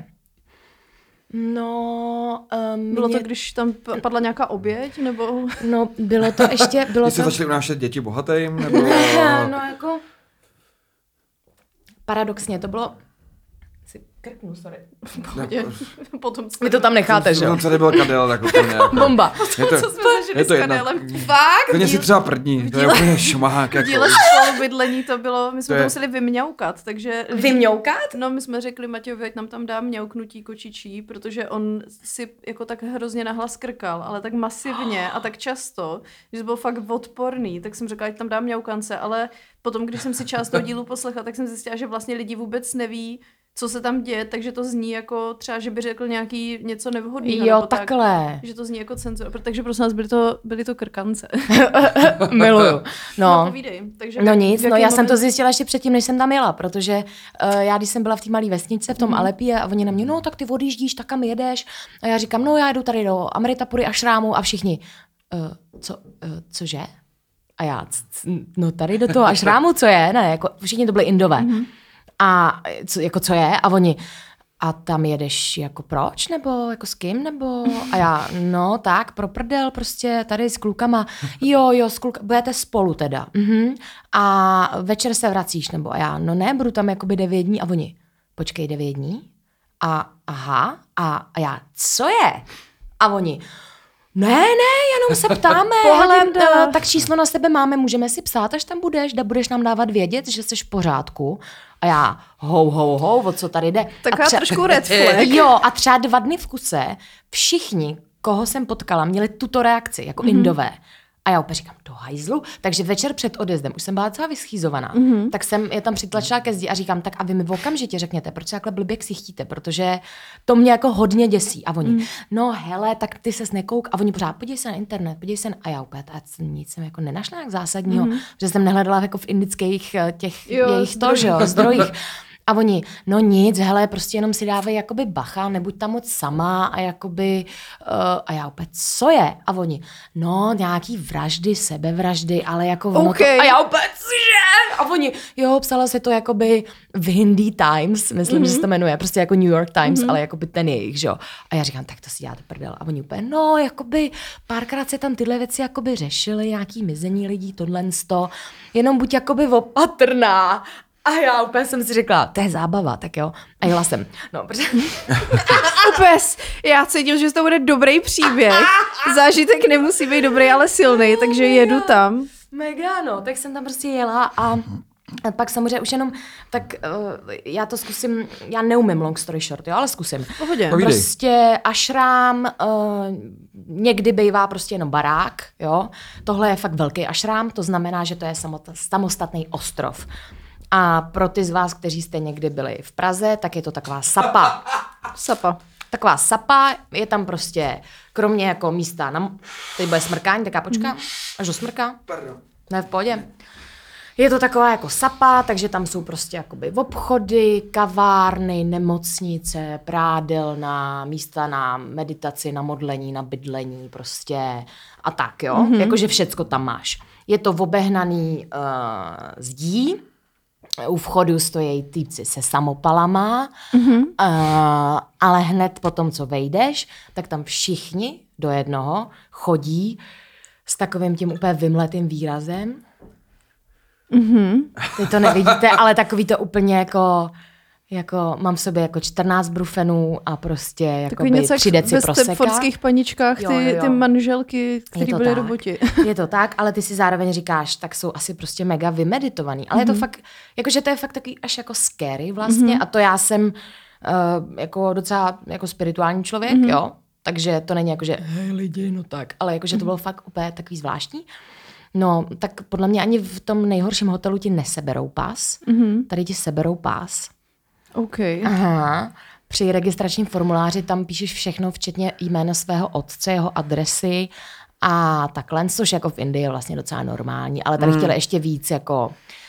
No, um, Bylo mě... to, když tam padla nějaká oběť, nebo? No, bylo to ještě, bylo Když to... jste začali unášet děti bohatým, nebo... Ne, no jako... Paradoxně, to bylo... Si krknu, sorry. Potom Vy to tam necháte, že jo? Potom tady byl kadel, tak úplně jako... Bomba. Je to, co jsme zažili je to s jedna. Kanelem. Fakt? Klidně si třeba prdní, to je úplně šmák. Jako. V díle spolubydlení to bylo, my jsme To to je- museli vymňaukat, takže... Vymňoukat? No, my jsme řekli Matějovi, ať nám tam dá mňauknutí kočičí, protože on si jako tak hrozně nahlas krkal, ale tak masivně a tak často, že byl fakt odporný, tak jsem řekla, ať tam dá mňaukance, ale potom, když jsem si část toho dílu poslechla, tak jsem zjistila, že vlastně lidi vůbec neví, co se tam děje, takže to zní jako třeba, že by řekl nějaký něco nevhodného. Jo, nebo tak, takhle. že to zní jako cenzura. Takže prosím nás, byly to, byly to krkance. Miluju. No, No, povídej. Takže no v nic, jaký no já jsem moment- to zjistila ještě předtím, než jsem tam jela, protože uh, já, když jsem byla v té malé vesničce, v tom mm. Alepí a oni na mě, no tak ty odjíždíš, tak kam jedeš? A já říkám, no já jdu tady do Amrita Puri ašrámu a všichni, uh, co, uh, cože? A já, c- c- no tady do toho ašrámu, co je? Ne, jako všichni to byli Indové. Mm. A co, jako co je? A oni, a tam jedeš jako proč? Nebo jako s kým? Nebo? A já, no tak, pro prdel, prostě tady s klukama. Jo, jo, s klukama, budete spolu teda. Mhm. A večer se vracíš, nebo? A já, no ne, budu tam jakoby devět dní. A oni, počkej, devět dní? A aha, a, a já, co je? A oni, ne, ne, jenom se ptáme, hele, Pohodinda. uh, tak číslo na sebe máme, můžeme si psát, až tam budeš, da budeš nám dávat vědět, že jsi v pořádku. A já, hou, hou, hou, o co tady jde? Taková a tře- trošku red flag. Jo, a třeba dva dny v kuse všichni, koho jsem potkala, měli tuto reakci, jako mm-hmm. Indové. A já úplně říkám, do hajzlu. Takže večer před odjezdem, už jsem byla celá vyschýzovaná, mm-hmm. tak jsem je tam přitlačila ke zdi a říkám, tak a vy mi okamžitě řekněte, proč se takhle blbě ksichtíte, protože to mě jako hodně děsí. A oni, mm. no hele, tak ty ses nekouk. A oni pořád, podívej se na internet, podívej se na... A já úplně, a nic jsem jako nenašla jak zásadního, mm-hmm. že jsem nehledala jako v indických těch Jo, jejich to, zdrojích. že jo, zdrojích. A oni, no nic, hele, prostě jenom si dávej jakoby bacha, nebuď tam moc sama a jakoby, uh, a já opět, co je? A oni, no nějaký vraždy, sebevraždy, ale jako ono Okay. to, a já opět, cože? A oni, jo, psala se to jakoby v Hindi Times, myslím, mm-hmm. že se to jmenuje, prostě jako New York Times, mm-hmm. ale jakoby ten jejich, že jo. A já říkám, tak to si děláte prdel. A oni úplně, no, jakoby párkrát se tam tyhle věci jakoby řešily, nějaký mizení lidí, tohle sto, jenom buď jakoby opatrná. A já úplně jsem si řekla, to je zábava, tak jo. A jela jsem. No, protože... Upes, já cítím, že to bude dobrý příběh. Zážitek nemusí být dobrý, ale silný, takže jedu tam. Mega, no, tak jsem tam prostě jela a a pak samozřejmě už jenom, tak uh, já to zkusím, já neumím long story short, jo, ale zkusím. Pohodě. Povídej. Prostě ašrám uh, někdy bývá prostě jenom barák, jo. Tohle je fakt velký ašrám, to znamená, že to je samot, samostatný ostrov. A pro ty z vás, kteří jste někdy byli v Praze, tak je to taková sapa. Sapa. Taková sapa, je tam prostě, kromě jako místa, na, teď bude smrkání, tak já počkám, až do smrka. Pardon. Ne, v pohodě. Je to taková jako sapa, takže tam jsou prostě jakoby obchody, kavárny, nemocnice, prádelna, místa na meditaci, na modlení, na bydlení prostě a tak, jo. Mm-hmm. Jakože všecko tam máš. Je to obehnaný uh, zdí, u vchodu stojí týpci se samopalama, mm-hmm. uh, ale hned po tom, co vejdeš, tak tam všichni do jednoho chodí s takovým tím úplně vymletým výrazem. Mm-hmm. Vy to nevidíte, ale takový to úplně jako, jako mám v sobě jako čtrnáct brufenů a prostě jako tři deci proseka. Ve stepfordských paničkách ty, jo, jo, jo. ty manželky, které byly tak. roboti. Je to tak, ale ty si zároveň říkáš, tak jsou asi prostě mega vymeditovaný. Ale mm-hmm. je to fakt, jakože to je fakt takový až jako scary vlastně mm-hmm. a to já jsem uh, jako docela jako spirituální člověk, mm-hmm. jo, takže to není jako, že hej lidi, no tak, ale jakože mm-hmm. to bylo fakt úplně takový zvláštní. No, tak podle mě ani v tom nejhorším hotelu ti neseberou pás. Mm-hmm. Tady ti seberou pás. OK. Aha. Při registračním formuláři tam píšeš všechno, včetně jména svého otce, jeho adresy a takhle, což jako v Indii je vlastně docela normální, ale tady mm. chtěli ještě víc jako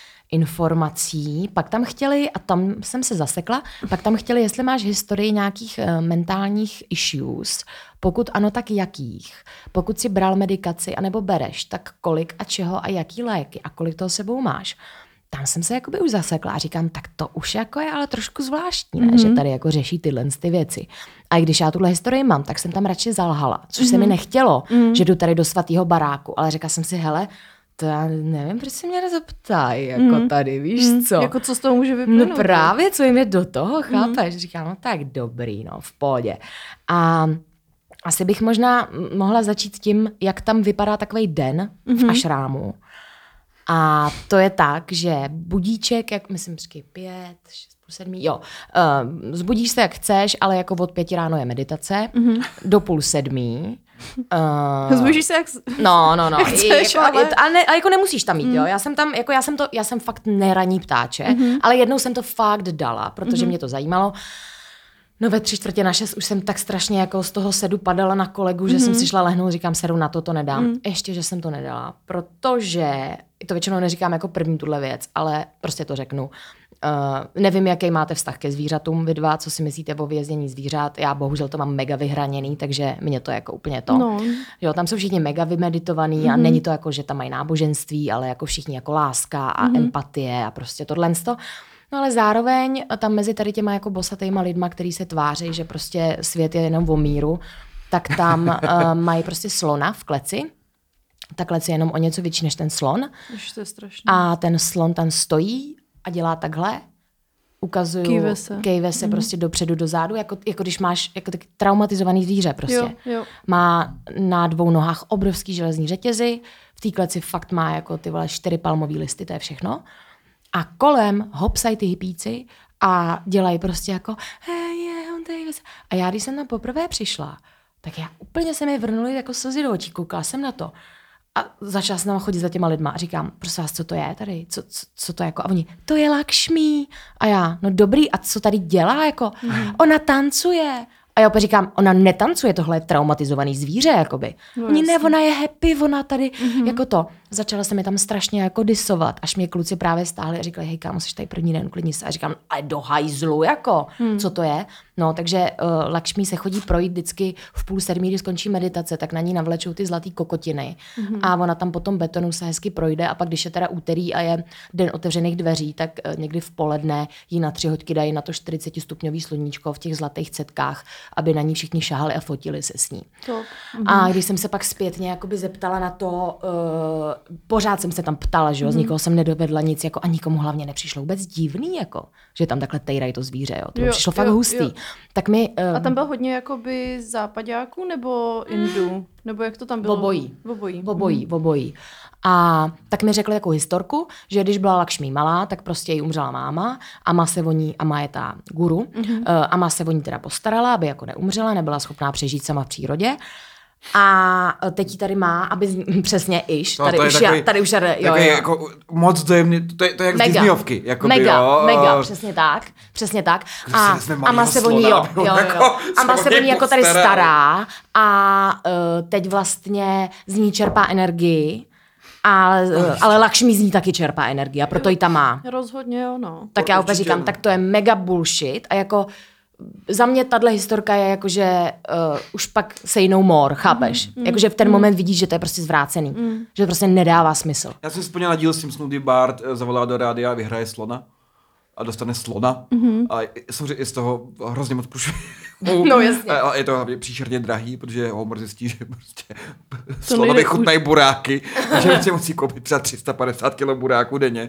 informací. Pak tam chtěli, a tam jsem se zasekla, pak tam chtěli, jestli máš historii nějakých uh, mentálních issues, pokud ano, tak jakých. Pokud si bral medikaci, anebo bereš, tak kolik a čeho a jaký léky a kolik toho sebou máš. Tam jsem se jakoby už zasekla a říkám, tak to už jako je ale trošku zvláštní, ne? Mm-hmm. Že tady jako řeší tyhle ty věci. A když já tuhle historii mám, tak jsem tam radši zalhala, což mm-hmm. se mi nechtělo, mm-hmm. že jdu tady do svatého baráku, ale řekla jsem si, hele, to já nevím, proč se mě nezaptají, jako mm. tady, víš mm. co? Jako co z toho může vyplynout? No právě, co jim je do toho, chápeš? Mm. Říkám, no tak dobrý, no, v pohodě. A asi bych možná mohla začít tím, jak tam vypadá takovej den mm-hmm. v ašrámu. A to je tak, že budíček, jak myslím, říkej pět, šest, půl sedmí, jo, uh, zbudíš se jak chceš, ale jako od pěti ráno je meditace, mm-hmm. do půl sedmí. Uh, Zbudíš se jak, no, no, no. jak chceš, jako, ale... A, ne, a jako nemusíš tam jít, mm. jo. Já jsem tam, jako já jsem to, já jsem fakt neraní ptáče, mm-hmm. ale jednou jsem to fakt dala, protože mm-hmm. mě to zajímalo. No ve tři čtvrtě na šest už jsem tak strašně jako z toho sedu padala na kolegu, že mm-hmm. jsem si šla lehnout, říkám, sedu na to, to nedám. Mm. Ještě, že jsem to nedala, protože, to většinou neříkám jako první tuhle věc, ale prostě to řeknu. Uh, nevím, jaký máte vztah ke zvířatům vy dva, co si myslíte o věznění zvířat. Já bohužel to mám mega vyhraněný, takže mě to jako úplně to. No. Jo, tam jsou všichni mega vymeditovaný mm-hmm. a není to jako, že tam mají náboženství, ale jako všichni jako láska a mm-hmm. empatie a prostě tohle. No ale zároveň tam mezi tady těma jako bosatýma lidma, který se tváří, že prostě svět je jenom o míru, tak tam uh, mají prostě slona v kleci. Ta klec je jenom o něco větší než ten slon. Už to je strašné. A ten slon tam stojí a dělá takhle. Ukazuju, kejve se, kejve se mm. prostě dopředu, dozadu, jako, jako když máš jako tak traumatizovaný zvíře prostě. Jo, jo. Má na dvou nohách obrovský železný řetězy, v té kleci fakt má jako ty vole čtyři palmový listy, to je všechno. A kolem hopsají ty hippíci a dělají prostě jako hey, yeah, on Davis. A já, když jsem tam poprvé přišla, tak já úplně se mi vrnuly jako slzy do očí, koukala jsem na to. A začala jsem tam chodit za těma lidma a říkám, prosím vás, co to je tady? Co, co, co to je jako? A oni, to je Lakšmí. A já, no dobrý, a co tady dělá? Jako, mm. ona tancuje. A já opět říkám, ona netancuje, tohle je traumatizovaný zvíře, jakoby. No, oni ne, ona je happy, ona tady, mm-hmm. jako to. Začala se mi tam strašně jako disovat, až mě kluci právě stáhli a říkali, hej kámo, jsi tady první den, uklidni se. A říkám, ale do hajzlu, jako, mm. co to je? No, takže uh, Lakšmí se chodí projít vždycky v půl sedmí, když skončí meditace, tak na ní navlečou ty zlatý kokotiny. Mm-hmm. A ona tam potom betonu se hezky projde a pak, když je teda úterý a je den otevřených dveří, tak uh, někdy v poledne jí na tři hoďky dají na to čtyřicetistupňový sluníčko v těch zlatých cetkách, aby na ní všichni šahali a fotili se s ní. Top. A když jsem se pak zpětně jakoby zeptala na to, uh, pořád jsem se tam ptala, že jo, mm. z nikoho jsem nedovedla nic, jako a nikomu hlavně nepřišlo vůbec divný, jako, že tam takhle tejrají to zvíře, jo, to jo, přišlo jo, fakt hustý. Jo. Tak mi, uh, a tam bylo hodně jakoby zápaďáků nebo Indů? Nebo jak to tam bylo? Obojí. Obojí. Obojí, obojí. A tak mi řekli takovou historku, že když byla Lakšmí malá, tak prostě jí umřela máma, Ama se o ní, Ama je ta guru, mm-hmm. uh, Ama se o ní teda postarala, aby jako neumřela, nebyla schopná přežít sama v přírodě. A teď ji tady má, aby z... přesně iš, tady, no, už takový, já, tady už tady, jo, jo. Jako moc dojemný, to je, to je jak mega. z Disneyovky. Jakoby, Mega, jo. mega, přesně tak, přesně tak. A, a má se o ní, jo, jo, jo. Jako, A má se o ní jako tady stará a uh, teď vlastně z ní čerpá energii. A, ale Lakšmi z ní taky čerpá energii a proto ji tam má. Rozhodně jo, no. Tak já úplně říkám, tak to je mega bullshit a jako za mě tahle historka je jako, že uh, už pak say no more, chápeš? Mm, Jakože v ten mm. moment vidíš, že to je prostě zvrácený. Mm. Že to prostě nedává smysl. Já jsem vzpomněla díl s tím Snooty Bart, zavolá do rádia a vyhraje slona. A dostane slona. Mm-hmm. A samozřejmě je z toho hrozně moc průšvihů. No jasně. A je to hlavně příšerně drahý, protože Homer zjistí, že prostě slonovi chutnají buráky. že si musí koupit třeba tři sta padesát kilo buráků denně.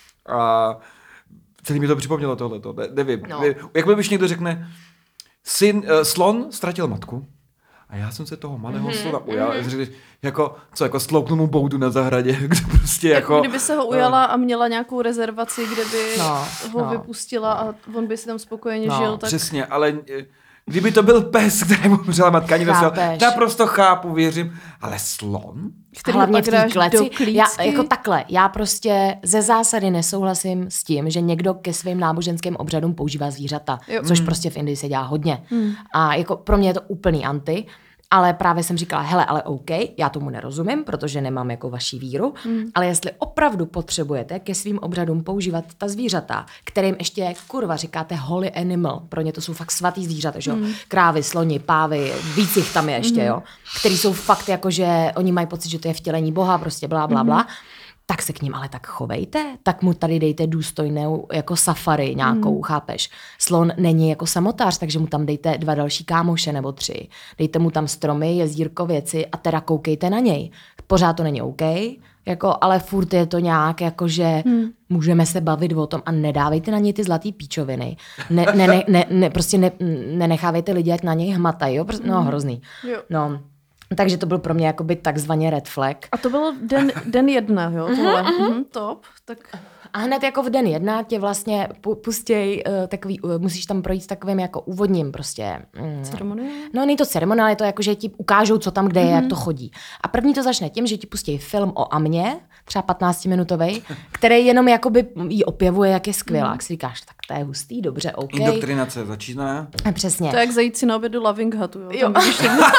A celý mi to připomnělo tohleto. Ne, nevím. No. Jakmile když někdo řekne, syn, uh, slon ztratil matku a já jsem se toho malého mm-hmm. slona ujal. Mm-hmm. Jako, co, jako sloupnu mu boudu na zahradě, kde prostě jako... Kdyby se ho ujala a měla nějakou rezervaci, kde by no, ho no. vypustila a on by si tam spokojeně no, žil, tak... Přesně, ale kdyby to byl pes, kterému umřela matka, ani naprosto chápu, věřím, ale slon? Který hlavně v té kleci. Já, klícky. jako takhle, já prostě ze zásady nesouhlasím s tím, že někdo ke svým náboženským obřadům používá zvířata, jo. což mm. prostě v Indii se dělá hodně. Mm. A jako pro mě je to úplný anti, ale právě jsem říkala, hele, ale OK, já tomu nerozumím, protože nemám jako vaši víru, mm. ale jestli opravdu potřebujete ke svým obřadům používat ta zvířata, kterým ještě, kurva, říkáte holy animal, pro ně to jsou fakt svatý zvířata, že jo, mm. krávy, sloni, pávy, víc jich tam je ještě, mm. jo, který jsou fakt jako, že oni mají pocit, že to je vtělení Boha, prostě blá, blá, blá, mm. tak se k ním ale tak chovejte, tak mu tady dejte důstojnou jako safari nějakou, mm. chápeš. Slon není jako samotář, takže mu tam dejte dva další kámoše nebo tři. Dejte mu tam stromy, jezírko, věci a teda koukejte na něj. Pořád to není OK, jako, ale furt je to nějak jako, že mm. můžeme se bavit o tom a nedávejte na něj ty zlatý píčoviny. Ne, ne, ne, ne, ne, prostě ne, nenechávejte lidi, ať na něj hmatají, jo? No hrozný. Jo. No. Takže to byl pro mě jakoby takzvaně red flag. A to byl den, den jedna, jo? Tohle. Uh-huh. Uh-huh, top. Tak... A hned jako v den jedna tě vlastně pustěj uh, takový, uh, musíš tam projít s takovým jako úvodním prostě... Mm, ceremoniál? No není to ceremoniál, je to jako, že ti ukážou, co tam kde je, mm-hmm. jak to chodí. A první to začne tím, že ti pustí film o Amě, třeba patnáctiminutovej, který jenom jakoby jí opěvuje, jak je skvělá. Mm. Jak si říkáš, tak to je hustý, dobře, OK. Indoktrinace začíná. A přesně. To je jak zajít si na oběd do Loving Hutu, jo? jo. Tam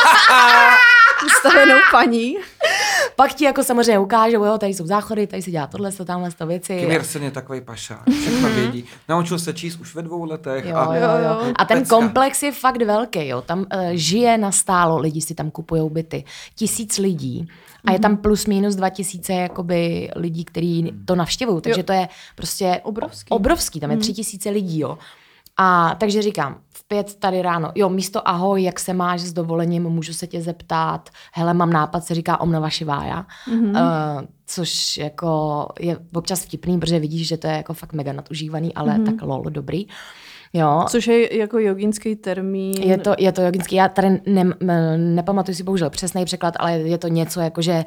ustavenou paní. Pak ti jako samozřejmě ukážou, jo, tady jsou záchody, tady se dělá tohle, to tamhle, to věci. Kvěrsen je takovej pašák, všechno vědí. Naučil se číst už ve dvou letech. Jo, a, jo, jo. A ten pecka. Komplex je fakt velký, jo. Tam uh, žije nastálo, lidi si tam kupujou byty. Tisíc lidí. A je tam plus minus dva tisíce jakoby lidí, kteří to navštěvují. Takže jo. to je prostě obrovský. obrovský. Tam je tři tisíce lidí, jo. A takže říkám, v pět tady ráno, jo, místo ahoj, jak se máš s dovolením, můžu se tě zeptat, hele, mám nápad, se říká Om Namah Shivaya, mm-hmm. uh, což jako je občas vtipný, protože vidíš, že to je jako fakt mega nadužívaný, ale mm-hmm. tak lol, dobrý. Jo. Což je jako jogínský termín. Je to, je to jogínský, já tady ne, nepamatuji si bohužel přesný překlad, ale je to něco jako, že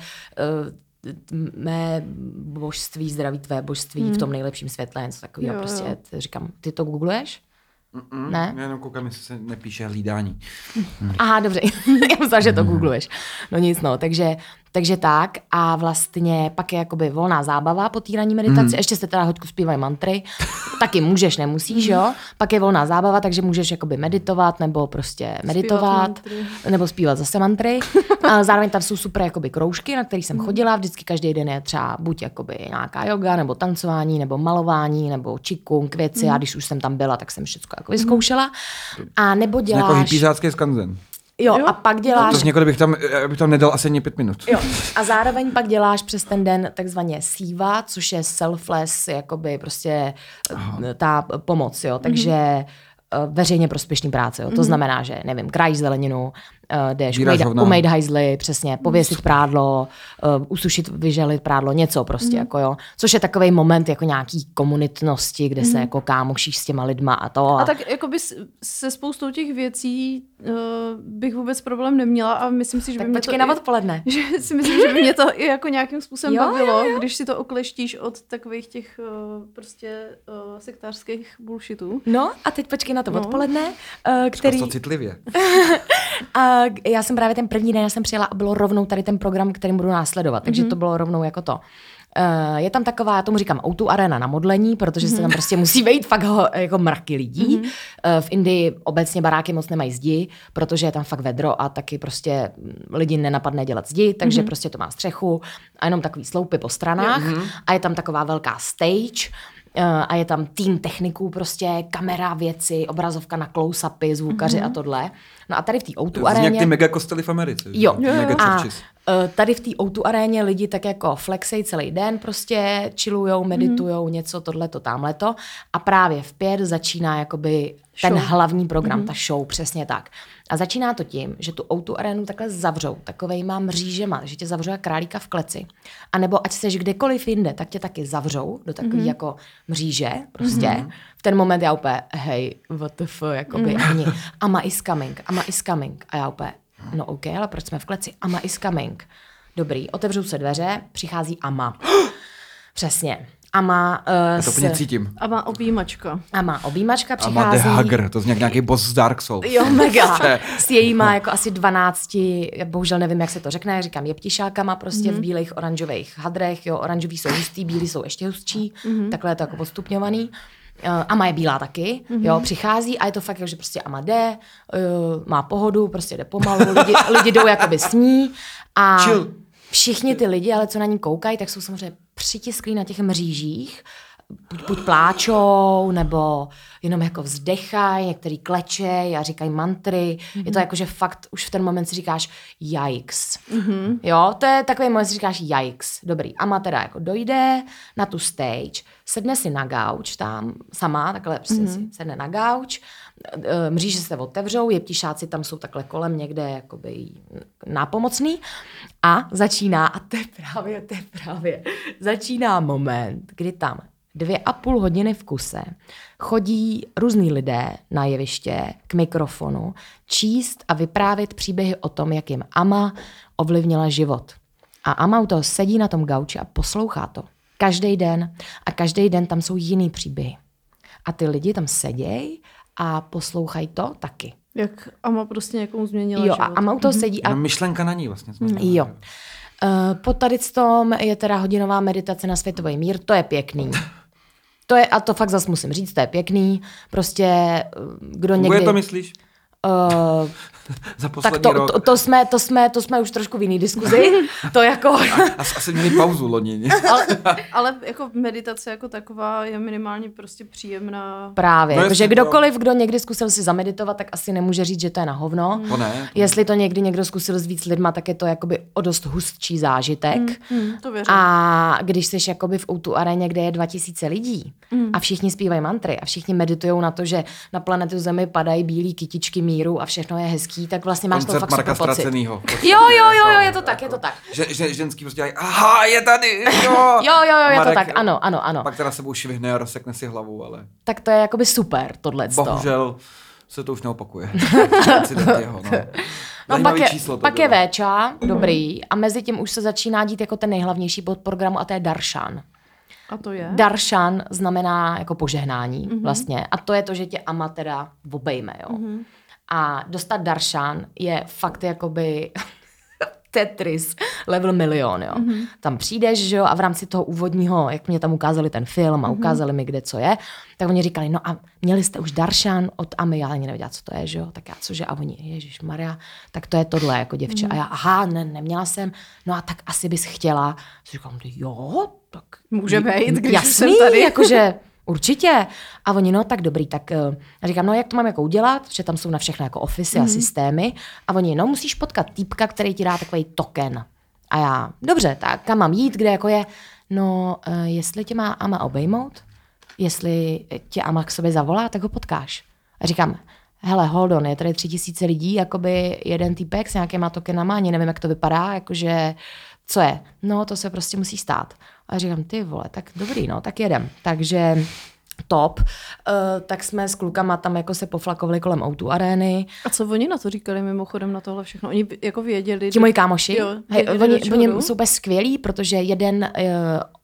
uh, mé božství, zdraví tvé božství mm. v tom nejlepším světle, něco takového, prostě jo. Říkám, ty to googluješ? Mm-mm, ne? Já jenom koukám, jestli se nepíše hlídání. Mm. Aha, dobře. Já myslela, že to googluješ. No nic, no. Takže, takže tak. A vlastně pak je jakoby volná zábava po té ranní meditaci. Mm. Ještě se teda hoďku zpívají mantry. Taky můžeš, nemusíš, jo. Pak je volná zábava, takže můžeš jakoby meditovat nebo prostě meditovat. Nebo zpívat zase mantry. A zároveň tam jsou super jakoby kroužky, na který jsem chodila. Vždycky každý den je třeba buď jakoby nějaká yoga, nebo tancování, nebo malování, nebo qigong, věci. Mm. A když už jsem tam byla, tak jsem všechno jako vyzkoušela. A nebo děláš... Jako hypízácký skanzen. Jo, jo, a pak děláš... To několik bych tam, bych tam nedal asi ani pět minut. Jo, a zároveň pak děláš přes ten den takzvaně síva, což je selfless, jakoby prostě Aha. ta pomoc, jo, takže mm-hmm. veřejně prospěšný práce, jo. To mm-hmm. znamená, že, nevím, krájíš zeleninu, jdeš umejt hajzly, přesně, pověsit prádlo, uh, usušit, vyželit prádlo, něco prostě, mm. jako jo. Což je takovej moment jako nějaký komunitnosti, kde mm. se jako kámošíš s těma lidma a to. A, a tak jakoby se spoustou těch věcí uh, bych vůbec problém neměla a myslím si, že tak by mě počkej to... na odpoledne. Že si myslím, že by mě to i jako nějakým způsobem jo, bavilo, jo, jo. když si to okleštíš od takových těch uh, prostě uh, sektářských bullshitů. No a teď počkej na to no. odpoledne, uh, který... Zkus to citlivě. A já jsem právě ten první den, já jsem přijela a bylo rovnou tady ten program, kterým budu následovat, takže mm-hmm. to bylo rovnou jako to. Uh, je tam taková, já tomu říkám O dva Arena na modlení, protože mm-hmm. se tam prostě musí vejít fakt ho, jako mraky lidí. Mm-hmm. Uh, v Indii obecně baráky moc nemají zdi, protože je tam fakt vedro a taky prostě lidi nenapadne dělat zdi, takže mm-hmm. prostě to má střechu a jenom takový sloupy po stranách mm-hmm. a je tam taková velká stage. Uh, a je tam tým techniků, prostě kamera, věci, obrazovka na close-upy, zvukaři mm-hmm. a tohle. No a tady v té O dva aréně... Jak ty mega kostely v Americe. Jo. jo. Mega a uh, tady v té O dva aréně lidi tak jako flexej celý den, prostě chillujou, meditujou, mm-hmm. něco, tohleto, tamhleto. A právě v pět začíná jakoby show. Ten hlavní program, mm-hmm. ta show, přesně tak. A začíná to tím, že tu O dva arénu takhle zavřou, takovejma mřížema, že tě zavřou jak králíka v kleci. A nebo ať seš kdekoliv jinde, tak tě taky zavřou do takový mm-hmm. jako mříže, prostě. Mm-hmm. V ten moment já úplně, hej, what the fuck, jakoby, mm-hmm. ani, Ama is coming, Ama is coming. A já úplně, no ok, ale proč jsme v kleci? Ama is coming. Dobrý, otevřou se dveře, přichází Ama. Přesně. Ama uh, já to úplně cítím. Ama objímačka. Ama objímačka přichází. Ama the Hugger, to zní jak nějaký boss z Dark Souls. Jo, mega. S jejíma jako asi dvanácti, bohužel nevím, jak se to řekne, říkám jeptišákama prostě mm-hmm. v bílých oranžových hadrech, jo, oranžový jsou hustý, bílí jsou ještě hustší, mm-hmm. takhle je to jako podstupňovaný. Uh, Ama je bílá taky, mm-hmm. jo, přichází a je to fakt, že prostě Ama jde, uh, má pohodu, prostě jde pomalu, lidi, lidi jdou jakoby s ní a Chill. Všichni ty lidi, ale co na ní koukají, tak jsou samozřejmě přitisklí na těch mřížích, buď, buď pláčou, nebo jenom jako vzdechají, některý klečej a říkají mantry. Mm-hmm. Je to jako, že fakt už v ten moment si říkáš yikes. Mm-hmm. Jo, to je takový moment, si říkáš yikes. Dobrý. Ama teda jako dojde na tu stage, sedne si na gauč tam sama, takhle prostě mm-hmm. si sedne na gauč, mříže se otevřou, jeptišáci tam jsou takhle kolem někde jakoby nápomocný a začíná, a to je právě, to je právě, začíná moment, kdy tam dvě a půl hodiny v kuse chodí různý lidé na jeviště k mikrofonu číst a vyprávět příběhy o tom, jak jim Ama ovlivnila život. A Ama u toho sedí na tom gauči a poslouchá to. Každý den a každý den tam jsou jiný příběhy. A ty lidi tam sedějí a poslouchají to taky. Jak Ama prostě někomu změnila jo, život. Jo, a Ama u toho sedí. A... myšlenka na ní vlastně změnila. Jo. Uh, po tady tom je teda hodinová meditace na světový mír, to je pěkný. To je, a to fakt zas musím říct, to je pěkný. Prostě, kdo někdy... Funguje to, myslíš? Uh, Za poslední tak to, rok. To, to, jsme, to, jsme, to jsme už trošku v jiný diskuzi. To jako... As, asi měli pauzu loni. ale, ale jako meditace jako taková je minimálně prostě příjemná. Právě, no protože kdokoliv, kdo někdy zkusil si zameditovat, tak asi nemůže říct, že to je na hovno. To ne. To Jestli to někdy někdo zkusil s víc lidma, tak je to jakoby o dost hustší zážitek. Mm, mm, to věřím. A když jsi jakoby v O dva aréně, kde je dva tisíce lidí mm. a všichni zpívají mantry a všichni meditujou na to, že na planetu Zemi padají bílý kytičky míru a všechno je hezký, tak vlastně máš to fakt Marka super pocit. Ztracenýho. Jo, jo, jo, jo, je to tak, je to tak. Že, že ženský prostě dělají, aha, je tady, jo. jo, jo, jo, je Marek, to tak, ano, ano, ano. Pak teda sebou švihne a rozsekne si hlavu, ale... Tak to je jakoby super, tohleto. Bohužel se to už neopakuje. jeho, no. No pak je, číslo pak bylo. je Véča, dobrý, a mezi tím už se začíná dít jako ten nejhlavnější bod programu a to je Darshan. A to je? Darshan znamená jako požehnání mm-hmm. vlastně a to je to, že tě Ama teda obejme, jo. Mm-hmm. A dostat Darshan je fakt jakoby Tetris level milion, jo. Mm-hmm. Tam přijdeš, že jo, a v rámci toho úvodního, jak mě tam ukázali ten film a ukázali mm-hmm. mi, kde co je, tak oni říkali, no a měli jste už Darshan od Amy, já ani nevěděla, co to je, že jo, tak já cože, a oni, ježišmarja, tak to je tohle jako děvče. Mm-hmm. A já, aha, ne, neměla jsem, no a tak asi bys chtěla. Så říkám, jo, tak... Může být, když jasný, jsem tady. jakože... Určitě. A oni, no tak dobrý, tak uh, já říkám, no jak to mám jako udělat, že tam jsou na všechno jako office mm-hmm. a systémy. A oni, no musíš potkat týpka, který ti dá takový token. A já, dobře, tak kam mám jít, kde jako je, no uh, jestli tě má Ama obejmout, jestli tě Ama k sobě zavolá, tak ho potkáš. A říkám, hele, hold on, je tady tři tisíce lidí, jakoby jeden týpek s nějakýma tokenama, ani nevím, jak to vypadá, jakože, co je? No, to se prostě musí stát. A říkám, ty vole, tak dobrý, no, tak jedem. Takže top. Uh, tak jsme s klukama tam jako se poflakovali kolem O dva arény. A co oni na to říkali mimochodem na tohle všechno? Oni jako věděli... Ti moji kámoši? Jo, Hej, věděli, oni, oni jdu? jsou úplně skvělí, protože jeden uh,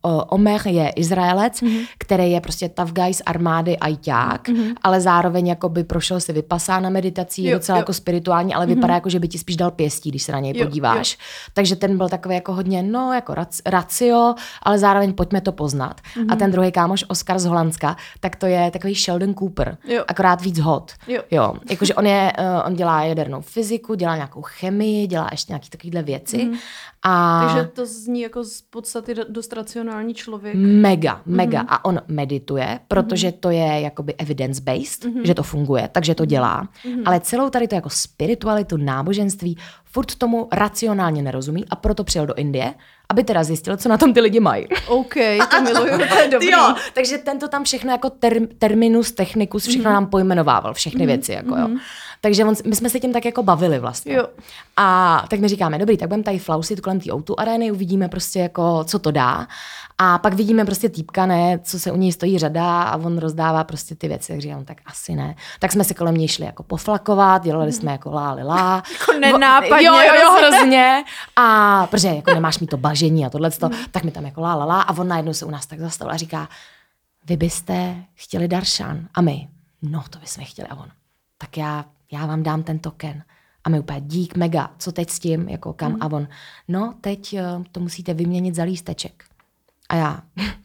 Omer je Izraelec, mm-hmm. který je prostě tough guy z armády ajťák, mm-hmm. ale zároveň jakoby prošel si vypasána meditací, je docela jo. jako spirituální, ale mm-hmm. vypadá jako, že by ti spíš dal pěstí, když se na něj jo, podíváš. Jo. Takže ten byl takový jako hodně, no jako racio, ale zároveň pojďme to poznat. Mm-hmm. A ten druhý kámoš, Oskar z Holandska, tak to je takový Sheldon Cooper, jo. akorát víc hot. Jo. Jo. Jakože on, je, uh, on dělá jadernou fyziku, dělá nějakou chemii, dělá ještě nějaký takovýhle věci. Mm-hmm. A... Takže to zní jako z podstaty dost racionální člověk. Mega, mega. Mm-hmm. A on medituje, protože mm-hmm. to je jakoby evidence-based, mm-hmm. že to funguje, takže to dělá. Mm-hmm. Ale celou tady to jako spiritualitu, náboženství, furt tomu racionálně nerozumí a proto přijel do Indie, aby teda zjistil, co na tom ty lidi mají. OK, to miluju, to je dobrý. Jo, takže tento tam všechno jako ter, terminus technicus, všechno mm-hmm. nám pojmenovával, všechny mm-hmm. věci. Jako, jo. Takže on, my jsme se tím tak jako bavili vlastně. Jo. A tak mi říkáme, dobrý, tak budeme tady flausit kolem té ó dva arény, uvidíme prostě jako, co to dá. A pak vidíme prostě týpka, ne, co se u něj stojí řada a on rozdává prostě ty věci. Tak říkám, tak asi ne. Tak jsme se kolem něj šli jako poflakovat, dělali jsme jako láli lá. Jako nenápadně. Jo, jo, jo, hrozně. A protože jako nemáš mi to bažení a tohleto, mm. tak mi tam jako lá, lá, lá. A on najednou se u nás tak zastavil a říká, vy byste chtěli daršan. A my, no to bychom chtěli. A on, tak já, já vám dám ten token. A my úplně dík, mega, co teď s tím, jako kam? Mm. A on, no teď to musíte vyměnit za lísteček. A já.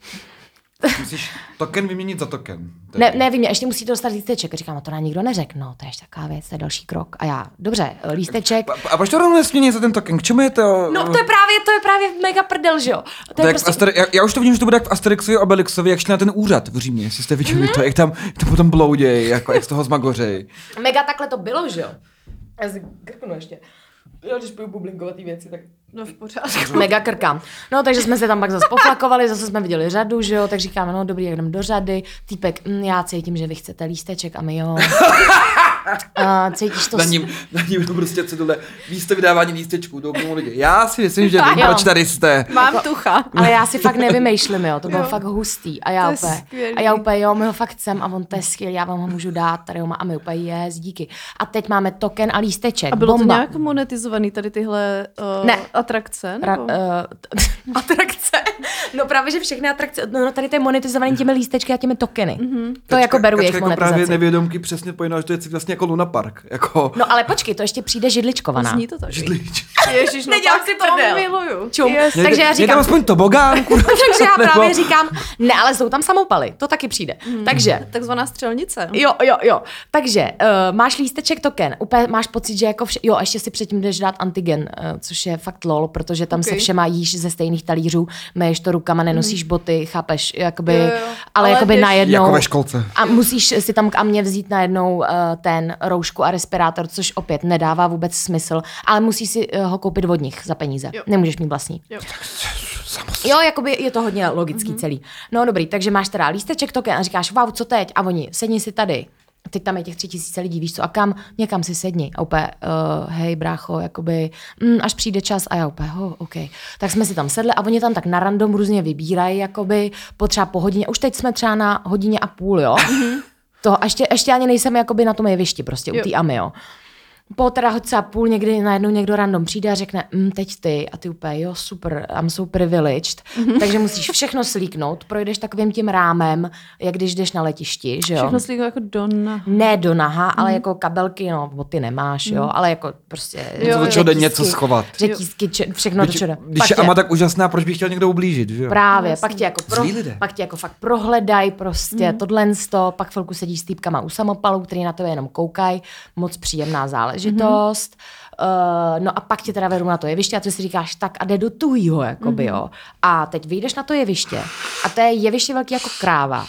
Musíš token vyměnit za token. Ne, ne, vím, ještě musíte dostat lísteček. Říkám, no to nám nikdo neřekl. No, to je ještě taková věc, to je další krok. A já, dobře, lísteček. A, a proč to rovnou nesmění za ten token? K čemu je to? No, to je právě, to je právě mega prdel, že jo? To to je prostě... Asteri- já, já už to vidím, že to bude jak v Asterixovi a Obelixovi, jak šli na ten úřad v Římě, jestli jste viděli mm. to, jak tam, jak to potom blouděj, jako jak z toho zmagořej. Mega takhle to bylo, že jo? Já si krknu ještě. Já když půjdu bublinkovat ty věci, tak no v pořádku. Mega krkám. No, takže jsme se tam pak zase poflakovali, zase jsme viděli řadu, že jo, tak říkáme, no dobrý, jak jdem do řady. Týpek, mm, já cítím, že vy chcete lísteček a my jo. Uh, cítíš to... Na ním, na ním to prostě cedule, místo vydávání lístečků, to tomu lidi. Já si myslím, že vím, proč tady jste. Mám tucha. Ale já si fakt nevymýšlím, jo, to bylo jo. fakt hustý. A já úplně, a já úplně, jo, my ho fakt chcem a on to je skvělý, já vám ho můžu dát, tady ho má, a my úplně, yes, díky. A teď máme token a lísteček, a bylo bomba. to nějak monetizovaný tady tyhle uh, ne. atrakce? Ra, uh, atrakce? No právě, že všechny atrakce, no tady to je monetizovaný těmi lístečky a těmi tokeny. Mm-hmm. To Kačka, jako beru jejich jako monetizaci. Právě nevědomky přesně pojmenovali, že to je vlastně jako Luna Park. Jako... No ale počkej, to ještě přijde židličkovaná. Zní to tak. Židlič. Ježiš, no nedělám si to miluju. Čum. Yes. Takže já říkám... Je tam aspoň tobogán, kurva. Takže já právě říkám, ne, ale jsou tam samopaly, to taky přijde. Hmm. Takže... Takzvaná střelnice. Jo, jo, jo. Takže uh, máš lísteček token, úplně máš pocit, že jako vše... Jo, a ještě si předtím jdeš dát antigen, uh, což je fakt lol, protože tam okay. se všema jíš ze stejných talířů, méješ to rukama, nenosíš hmm. boty, chápeš, jakoby, jo, jo. ale, ale jakoby jdeš... najednou... Jako ve školce. A musíš si tam k mě vzít najednou uh, ten roušku a respirátor, což opět nedává vůbec smysl, ale musíš si uh, ho koupit od nich za peníze. Jo. Nemůžeš mít vlastní. Jo. Jo, jakoby je to hodně logický mm-hmm. celý. No dobrý, takže máš teda lísteček token a říkáš, wow, co teď? A oni, sedni si tady. Teď tam je těch tři tisíce lidí, víš co, a kam? Někam si sedni. A úplně, uh, hej brácho, jakoby, mm, až přijde čas a já úplně, oh, OK. Tak jsme si tam sedli a oni tam tak na random různě vybírají, jakoby, potřeba po hodině. Už teď jsme třeba na hodině a půl, jo? To, a ještě, ještě ani nejsem jakoby na tom jevišti, prostě jo. u té A M I, jo. Po teda hodce a půl někdy najednou někdo random přijde a řekne, mm, teď ty, a ty úplně, jo, super, I'm so privileged, mm-hmm. takže musíš všechno slíknout, projdeš takovým tím rámem, jak když jdeš na letišti, že jo. Všechno slíknout jako do naha. Ne do naha, mm. ale jako kabelky, no, boty nemáš, mm. jo, ale jako prostě... Jo, jo, jde něco schovat. Řetízky, če, všechno do čeho. Když je Ama tak úžasná, proč bych chtěl někdo ublížit, že jo. Právě, pak tě jako, pro, pak tě jako fakt prohledaj prostě, mm. tohle sto, pak chvilku sedíš s týpkama u samopalu, který na tebe jenom koukají, moc příjemná záležitost. Mm-hmm. Uh, no a pak tě teda vedu na to jeviště a ty si říkáš, tak a jde do tuhýho, jakoby, mm-hmm. jo. A teď vyjdeš na to jeviště a to je jeviště velký jako kráva.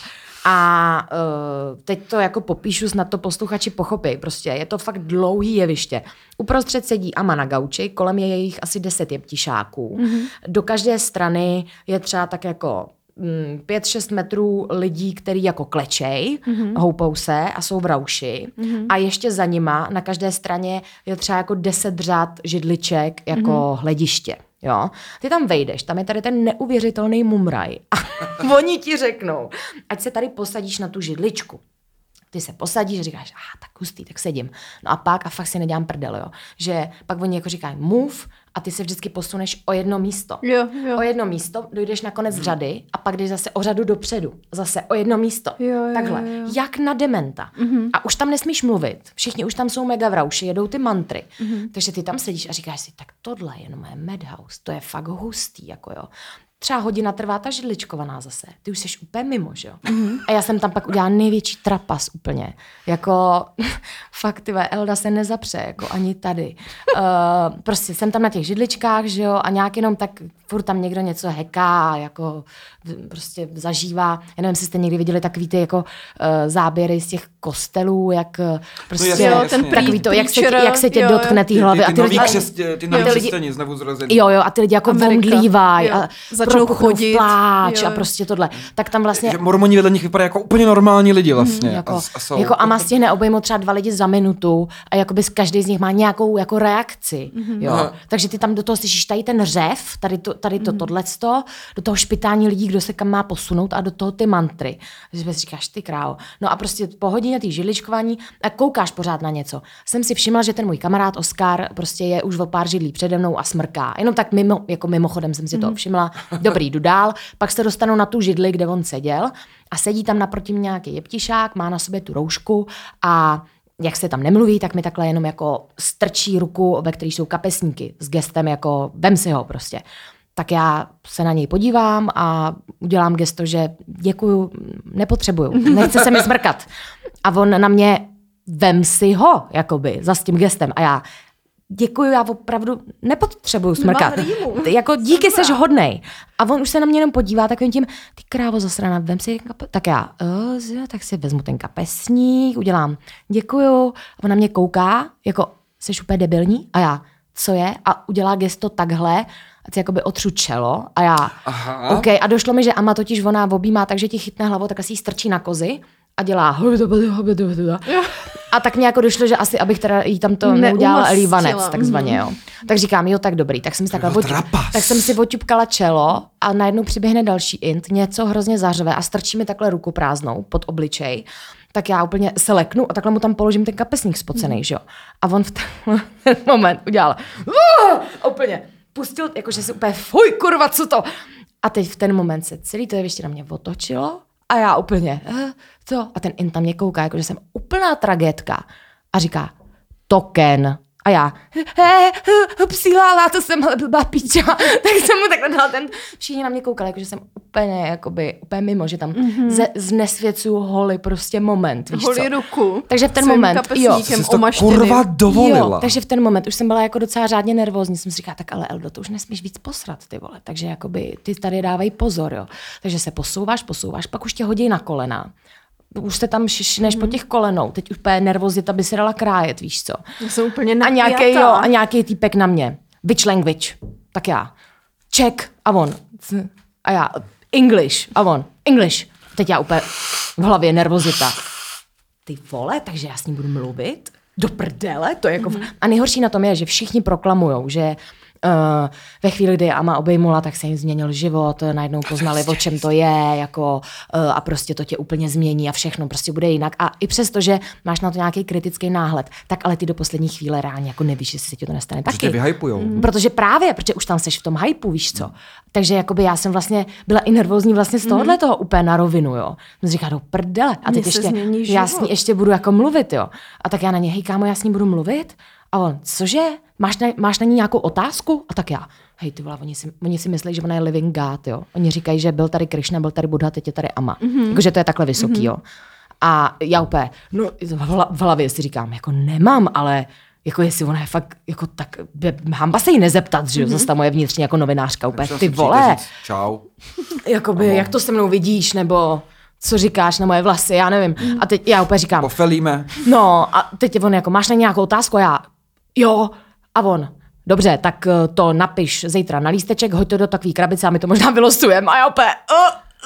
A uh, teď to jako popíšu, snad to posluchači pochopí. Prostě je to fakt dlouhý jeviště. Uprostřed sedí Ama na gauči, kolem je jejich asi deset jeptišáků. Mm-hmm. Do každé strany je třeba tak jako pět šest metrů lidí, který jako klečej, mm-hmm. houpou se a jsou v rauši. Mm-hmm. A ještě za nima na každé straně je třeba jako deset řad židliček jako mm-hmm. hlediště. Jo? Ty tam vejdeš, tam je tady ten neuvěřitelný mumraj. A oni ti řeknou, ať se tady posadíš na tu židličku. Ty se posadíš a říkáš, ah, tak hustý, tak sedím. No a pak, a fakt si nedělám prdel, jo, že pak oni jako říkají move a ty se vždycky posuneš o jedno místo. Jo, jo. O jedno místo, dojdeš na konec řady a pak jdeš zase o řadu dopředu. Zase o jedno místo. Jo, jo, Takhle. jo. Jak na dementa. Mm-hmm. A už tam nesmíš mluvit. Všichni už tam jsou mega v rauši, jedou ty mantry. Mm-hmm. Takže ty tam sedíš a říkáš si, tak tohle je jenom moje madhouse. To je fakt hustý, jako jo. Třeba hodina trvá ta židličkovaná zase. Ty už jsi úplně mimo, že jo? Mm-hmm. A já jsem tam pak udělala největší trapas úplně. Jako, fakt, tyve, Elda se nezapře, jako ani tady. Uh, prostě jsem tam na těch židličkách, že jo, a nějak jenom tak furt tam někdo něco heká, jako prostě zažívá. Já nevím, jestli jste někdy viděli takový ty jako uh, záběry z těch kostelů, jak prostě no jasně, jo, jasně. ten takový to, jak se, tě, jak se tě jo, dotkne ty hlavy. Ty, ty, ty a ty nový lidi, křesťané, ty noví křesťané znovu zrození. Jo, jo, a ty lidi jako vomdlívají a začnou chodit. pláč jo. a prostě tohle. Tak tam vlastně... Že mormoni vedle nich vypadají jako úplně normální lidi vlastně. Mm, jako, a, a jsou... jako Ama stihne obejmout třeba dva lidi za minutu a jakoby každý z nich má nějakou jako reakci. Mm-hmm. Jo. Aha. Takže ty tam do toho slyšíš tady ten řev, tady to, tady to mm-hmm. tohleto, do toho špitání lidí, kdo se kam má posunout a do toho ty mantry. Takže si říkáš, ty krávo. No a prostě po hodině tý židličkování a koukáš pořád na něco. Jsem si všimla, že ten můj kamarád Oskar prostě je už o pár židlí přede mnou a smrká. Jenom tak mimo, jako mimochodem jsem si to všimla. Dobrý, jdu dál. Pak se dostanu na tu židli, kde on seděl a sedí tam naproti mě nějaký jeptišák, má na sobě tu roušku a jak se tam nemluví, tak mi takhle jenom jako strčí ruku, ve které jsou kapesníky s gestem jako vem si ho prostě. Tak já se na něj podívám a udělám gesto, že děkuju, nepotřebuju, nechce se mi smrkat. A on na mě vem si ho, jakoby, za s tím gestem. A já děkuju, já opravdu nepotřebuju smrkat. Jako díky, seš hodnej. A on už se na mě jenom podívá takovým tím, ty krávo zasraná, vem si kape... Tak já, oh, tak si vezmu ten kapesník, udělám děkuju. A on na mě kouká, jako, seš úplně debilní? A já, co je? A udělá gesto takhle, a ty jakoby otřu čelo. A já, Aha. OK. A došlo mi, že Ama totiž ona objímá, takže ti chytne hlavou, tak si ji strčí na kozy a dělá a tak mě jako došlo, že asi, abych teda jí tam to neudělala elívanec, takzvaně, jo. Tak říkám, jo, tak dobrý, tak jsem si takhle oťup, tak jsem si oťupkala čelo a najednou přiběhne další int, něco hrozně zařve a strčí mi takhle ruku prázdnou pod obličej. Tak já úplně se leknu a takhle mu tam položím ten kapesník spocený, mm. že jo. A on v ten moment udělal uh, úplně pustil, jakože si úplně fuj, kurva, co to? A teď v ten moment se celý to jeviště na mě otočilo a já úplně, eh, to. A ten int na mě kouká, jakože jsem úplná tragédka. A říká, token. A já, he, he, psílála, to jsem blbá píča. Tak jsem mu takhle dala ten, všichni na mě koukali, jakože jsem úplně, jakoby, úplně mimo, že tam mm-hmm. ze, znesvěcuju holy prostě moment, víš Holí co. ruku. Takže v ten moment, jo. Jsi to kurva dovolila. Jo, takže v ten moment už jsem byla jako docela řádně nervózní, jsem si říkala, tak ale Eldo, to už nesmíš víc posrat, ty vole. Takže jakoby ty tady dávají pozor, jo. Takže se posouváš, posouváš, pak už tě hodí na kolena. Už se tam šišneš mm. po těch kolenou. Teď už úplně nervozita by se dala krájet, víš co. Já jsem úplně a nějaký, jo, a nějaký týpek na mě. Which language? Tak já. Czech. A on. A já. English. A on. English. Teď já úplně v hlavě nervozita. Ty vole, takže já s ním budu mluvit? Do prdele? To je jako... Mm. A nejhorší na tom je, že všichni proklamujou, že Uh, ve chvíli, kdy Ama obejmula, tak se jim změnil život, najednou poznali, o čem to je, jako, uh, a prostě to tě úplně změní a všechno prostě bude jinak. A i přesto, že máš na to nějaký kritický náhled, tak ale ty do poslední chvíle reálně jako nevíš, jestli se ti to nestane taky. Protože tě vyhypujou. Mm. Protože právě, protože už tam seš v tom hypeu, víš co. Takže jakoby já jsem vlastně byla i nervózní vlastně z tohohle toho úplně na rovinu, jo. Jsem říkala, do prdele. A teď ještě, já s ní ještě budu jako mluvit, jo. A tak já na ně, hej kámo, já s ní budu mluvit. A on, cože? Máš na, máš na ní nějakou otázku? A tak já, hej ty vole, oni si, oni si myslí, že ona je living God, jo. Oni říkají, že byl tady Krišna, byl tady Buddha, teď je tady Ama. Mm-hmm. Jakože to je takhle vysoký, mm-hmm. jo. A já úplně, no v hlavě si říkám, jako nemám, ale jako jestli ona je fakt, jako tak, hamba se jí nezeptat, že jo, mm-hmm. zase ta moje vnitřní jako novinářka, úplně, ty vole. Říct, čau. Jakoby, jak to se mnou vidíš, nebo... co říkáš na moje vlasy, já nevím. Mm. A teď já úplně říkám. Pofelíme. No a teď on jako, máš na nějakou otázku? A já, jo. A on, dobře, tak to napiš zítra na lísteček, hoď to do takové krabice a my to možná vylosujeme. A já úplně, uh,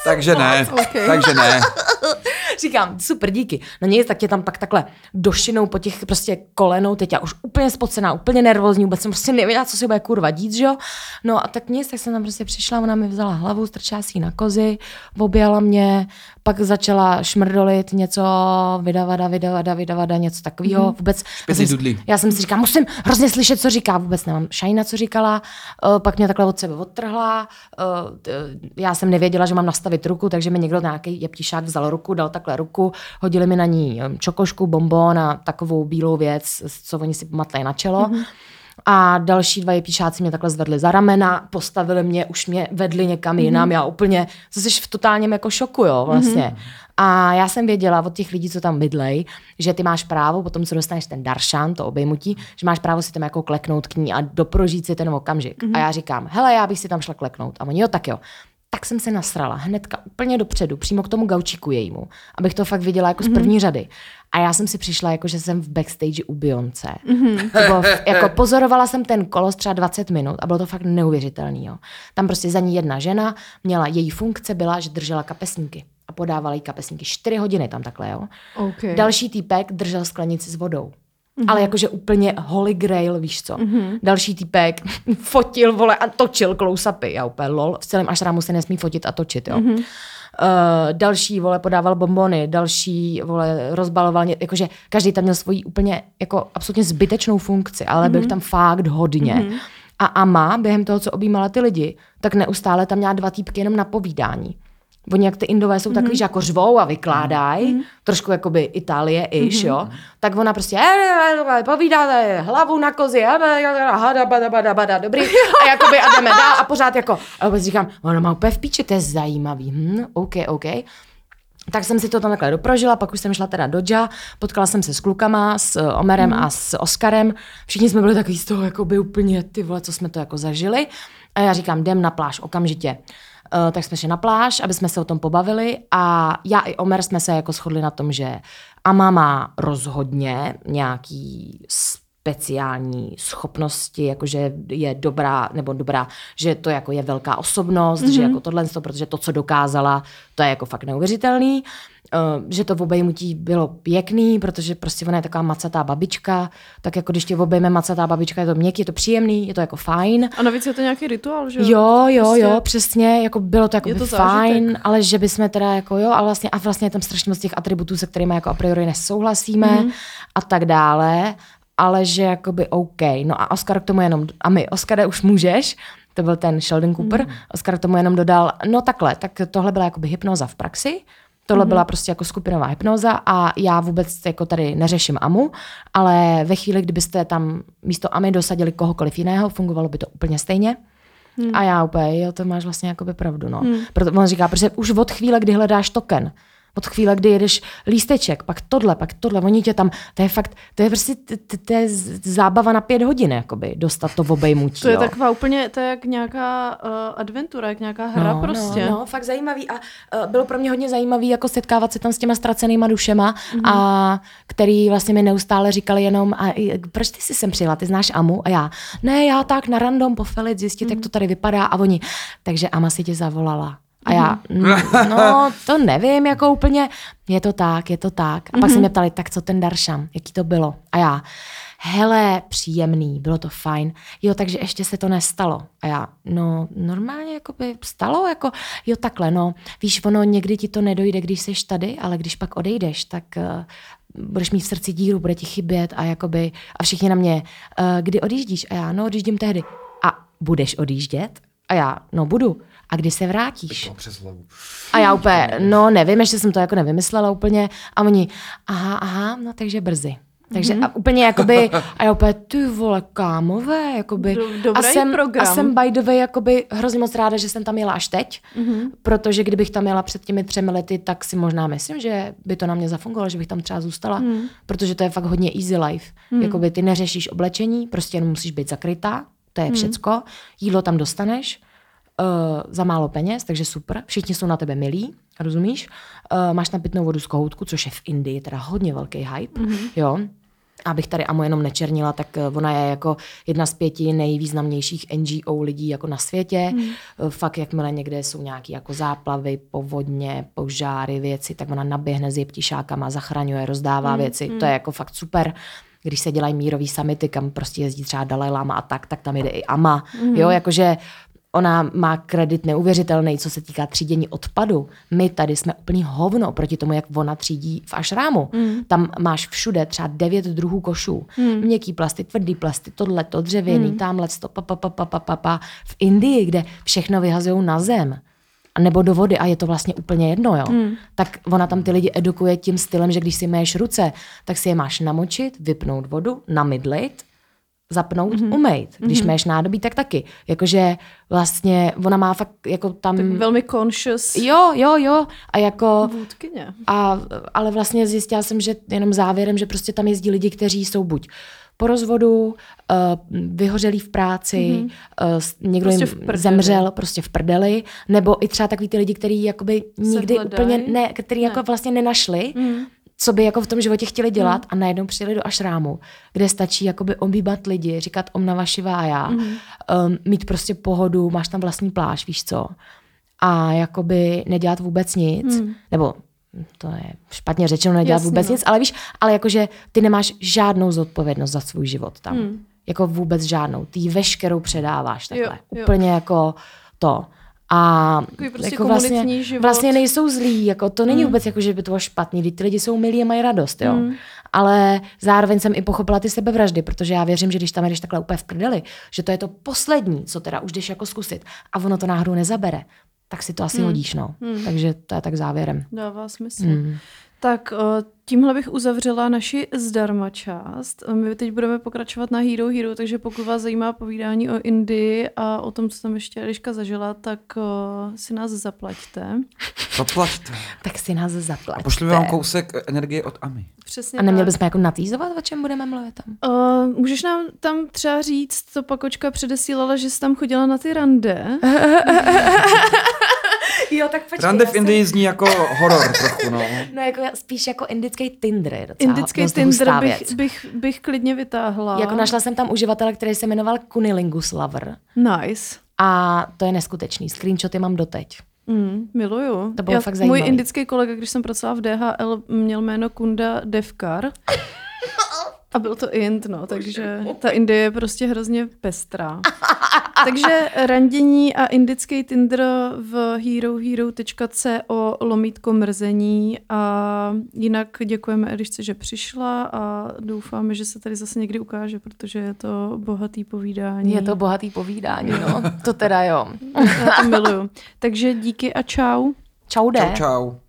Takže ne, Okay. takže ne. Říkám, super, díky. No nic, tak tě tam pak takhle došinou po těch prostě kolenou, teď já už úplně spocená, úplně nervózní, vůbec jsem prostě nevěděla, co se bude kurva dít, že jo. No a tak nic, tak jsem tam prostě přišla, ona mi vzala hlavu, strčila si ji na kozy, objala mě, pak začala šmrdolit něco, vydavada, vydavada, vydavada, něco takového. Vůbec, já jsem, já jsem si říkala, musím hrozně slyšet, co říká, vůbec nemám šajna, co říkala, uh, pak mě takhle od sebe odtrhla, uh, já jsem nevěděla, že mám nastavit ruku, takže mi někdo nějaký jeptišák vzal ruku, dal takhle ruku, hodili mi na ní čokošku, bonbon a takovou bílou věc, co oni si matlají na čelo. Mm-hmm. A další dva jeptišáci mě takhle zvedli za ramena, postavili mě, už mě vedli někam jinam, mm-hmm. já úplně, to jsi v totálním jako šoku, jo, vlastně. Mm-hmm. A já jsem věděla od těch lidí, co tam bydlej, že ty máš právo, potom co dostaneš ten darshan, to obejmutí, že máš právo si tam jako kleknout k ní a doprožít si ten okamžik. Mm-hmm. A já říkám, hele, já bych si tam šla kleknout. A oni, jo, tak jo. Tak jsem se nasrala hnedka úplně dopředu, přímo k tomu gaučíku jejímu, abych to fakt viděla jako mm-hmm. z první řady. A já jsem si přišla, jako že jsem v backstage u Beyoncé. Mm-hmm. Bylo, jako pozorovala jsem ten kolos třeba dvacet minut a bylo to fakt neuvěřitelný. Jo. Tam prostě za ní jedna žena měla, její funkce byla, že držela kapesníky a podávala jí kapesníky. Čtyři hodiny tam takhle, jo. Okay. Další týpek držel sklenici s vodou. Mm-hmm. Ale jakože úplně holy grail, víš co. Mm-hmm. Další týpek fotil, vole, a točil close-upy. Já úplně lol. V celém ašrámu se nesmí fotit a točit, jo. Mm-hmm. Uh, další, vole, podával bonbony, další, vole, rozbaloval, jakože každý tam měl svoji úplně jako absolutně zbytečnou funkci, ale mm-hmm. byl tam fakt hodně. Mm-hmm. A Ama, během toho, co objímala ty lidi, tak neustále tam měla dva týpky jenom na povídání. Oni jak ty Indové jsou takový, mm-hmm. že jako řvou a vykládají, mm-hmm. trošku jakoby Itálie-ish, mm-hmm. jo, tak ona prostě povídáte hlavu na kozi, dobrý, a jakoby a jdeme dál a pořád jako, a vůbec říkám, ona má úplně v píči, to je zajímavý, hm, OK, OK. Tak jsem si to tam takhle doprožila, pak už jsem šla teda do Dža, potkala jsem se s klukama, s Omerem mm-hmm. a s Oskarem, všichni jsme byli takový z toho, jakoby úplně, ty vole, co jsme to jako zažili, a já říkám, jdem na pláž okamžitě. Uh, tak jsme šli na pláž, aby jsme se o tom pobavili a já i Omer jsme se jako shodli na tom, že Ama má rozhodně nějaký speciální schopnosti, jakože je dobrá, nebo dobrá, že to jako je velká osobnost, mm-hmm. že jako tohle, protože to, co dokázala, to je jako fakt neuvěřitelný. Uh, že to v obejmutí bylo pěkný, protože prostě ona je taková macatá babička, tak jako když tě obejme macatá babička, je to měkký, je to příjemný, je to jako fajn. A navíc je to nějaký rituál, že jo? Jo, jo, prostě... jo, přesně, jako bylo to jako by fajn, zážitek. Ale že bychom teda jako jo, a vlastně, a vlastně je tam strašně moc těch atributů, se kterými jako a priori nesouhlasíme mm. a tak dále, ale že jakoby OK. No a Oscar k tomu jenom, a my, Oscare, už můžeš, to byl ten Sheldon Cooper, mm. Oscar k tomu jenom dodal, no takhle, tak tohle byla jakoby hypnoza v praxi, tohle mm-hmm. byla prostě jako skupinová hypnoza a já vůbec jako tady neřeším Amu, ale ve chvíli, kdybyste tam místo Amy dosadili kohokoliv jiného, fungovalo by to úplně stejně. Mm. A já úplně, jo, to máš vlastně jakoby pravdu, no. Mm. Proto on říká, protože už od chvíle, kdy hledáš token, od chvíle, kdy jedeš lísteček, pak tohle, pak tohle, oni tě tam, to je fakt, to je prostě, to je zábava na pět hodin, jakoby, dostat to v obejmutí. To je jo. Taková úplně, to je jak nějaká uh, adventura, jak nějaká hra no, prostě. No, no, fakt zajímavý a uh, bylo pro mě hodně zajímavý, jako setkávat se tam s těma ztracenýma dušema, mm-hmm. a který vlastně mi neustále říkali jenom, a proč ty jsi sem přijela, ty znáš Amu? A já, ne, já tak na random pofelit, zjistit, mm-hmm. jak to tady vypadá a oni, takže Ama si tě zavolala. A já, no, to nevím, jako úplně, je to tak, je to tak. A pak mm-hmm. se mě ptali, tak co ten darshan, jaký to bylo? A já, hele, příjemný, bylo to fajn. Jo, takže ještě se to nestalo. A já, no, normálně jako by stalo, jako, jo, takhle, no. Víš, ono někdy ti to nedojde, když jsi tady, ale když pak odejdeš, tak uh, budeš mít v srdci díru, bude ti chybět a jakoby, a všichni na mě, uh, kdy odjíždíš? A já, no, odjíždím tehdy. A budeš odjíždět? A já, no, budu. A kdy se vrátíš? A já úplně, no nevím, ještě jsem to jako nevymyslela úplně. A oni, aha, aha, no takže brzy. Takže mm-hmm. a úplně jakoby, a já úplně, ty vole, kámové, jakoby. Do, a jsem, program. A jsem by the way, jakoby hrozně moc ráda, že jsem tam jela až teď, mm-hmm. protože kdybych tam jela před těmi třemi lety, tak si možná myslím, že by to na mě zafungovalo, že bych tam třeba zůstala, mm. protože to je fakt hodně easy life. Mm. Jakoby ty neřešíš oblečení, prostě jenom musíš být zakrytá, to je mm. všecko, jídlo tam dostaneš, Uh, za málo peněz, takže super. Všichni jsou na tebe milí, rozumíš? Uh, máš tam pitnou vodu z kohoutku, což je v Indii teda hodně velký hype, mm-hmm. jo. abych tady Amu jenom nečernila, tak ona je jako jedna z pěti nejvýznamnějších N G O lidí jako na světě. Hmm. Fakt, jakmile někde jsou nějaké jako záplavy, povodně, požáry, věci, tak ona naběhne s jeptišákama, zachraňuje, rozdává hmm. věci. Hmm. To je jako fakt super. Když se dělají mírový summity, kam prostě jezdí třeba Dalaj Lama a tak, tak tam jde i Ama. Hmm. Jo, jakože ona má kredit neuvěřitelný, co se týká třídění odpadu. My tady jsme úplný hovno proti tomu, jak ona třídí v ašrámu. Mm. Tam máš všude třeba devět druhů košů. Mm. Měkký plasty, tvrdý plasty, tohleto, dřevěný, mm. tamhle to, pa, pa, pa, pa, pa, pa, pa. V Indii, kde všechno vyhazují na zem, nebo do vody a je to vlastně úplně jedno, jo. Mm. Tak ona tam ty lidi edukuje tím stylem, že když si myješ ruce, tak si je máš namočit, vypnout vodu, namydlit, zapnout, mm-hmm. umejt. Když mm-hmm. máš nádobí, tak taky. Jakože vlastně ona má fakt jako tam... Tak velmi conscious. Jo, jo, jo. A jako... Vůdkyně. A, ale vlastně zjistila jsem, že jenom závěrem, že prostě tam jezdí lidi, kteří jsou buď po rozvodu, uh, vyhořelí v práci, mm-hmm. uh, někdo prostě jim zemřel prostě v prdeli, nebo i třeba takový ty lidi, kteří jakoby nikdy úplně ne, který ne. jako vlastně nenašli, mm. co by jako v tom životě chtěli dělat mm. a najednou přijeli do ašrámu, kde stačí jakoby objímat lidi, říkat Om Namah Šivája, mm. um, mít prostě pohodu, máš tam vlastní pláž, víš co, a jakoby nedělat vůbec nic, mm. nebo to je špatně řečeno, nedělat Jasně, vůbec no. nic, ale víš, ale jakože ty nemáš žádnou zodpovědnost za svůj život tam. Mm. Jako vůbec žádnou. Ty ji veškerou předáváš takhle. Jo, Úplně jo. jako to. A prostě jako vlastně, vlastně nejsou zlí, jako to není mm. vůbec jako, že by to bylo špatný, ty lidi jsou milí a mají radost, jo. Mm. Ale zároveň jsem i pochopila ty sebevraždy, protože já věřím, že když tam jdeš takhle úplně v prdeli, že to je to poslední, co teda už jdeš jako zkusit a ono to náhodou nezabere, tak si to asi mm. hodíš, no. Mm. Takže to je tak závěrem. Dává smysl. Mm. Tak tímhle bych uzavřela naši zdarma část. My teď budeme pokračovat na Hero Hero, takže pokud vás zajímá povídání o Indii a o tom, co tam ještě Eliška zažila, tak si nás zaplaťte. Zaplaťte. Tak si nás zaplaťte. A pošleme vám kousek energie od Ami. Přesně a neměli bychom jako natýzovat, o čem budeme mluvit tam? Uh, můžeš nám tam třeba říct, to Pakočka předesílala, že jsi tam chodila na ty rande. Jo, tak počkej. Rande v Indii zní jako horor trochu, no. No jako spíš jako indický Tinder je docela Indický Tinder bych, bych, bych klidně vytáhla. Jako našla jsem tam uživatele, který se jmenoval Kunilingus Lover. Nice. A to je neskutečný. Screenshoty mám doteď. Mm, miluju. To bylo Já, fakt zajímavý. Můj indický kolega, když jsem pracovala v D H L, měl jméno Kunda Devkar. A byl to Ind, no, takže ta Indie je prostě hrozně pestrá. Takže randění a indický Tinder v herohero tečka co lomítko mrzení a jinak děkujeme Elišce, že přišla a doufáme, že se tady zase někdy ukáže, protože je to bohatý povídání. Je to bohatý povídání, no. To teda jo. Já to miluju. Takže díky a čau. Čau, de. Čau, čau.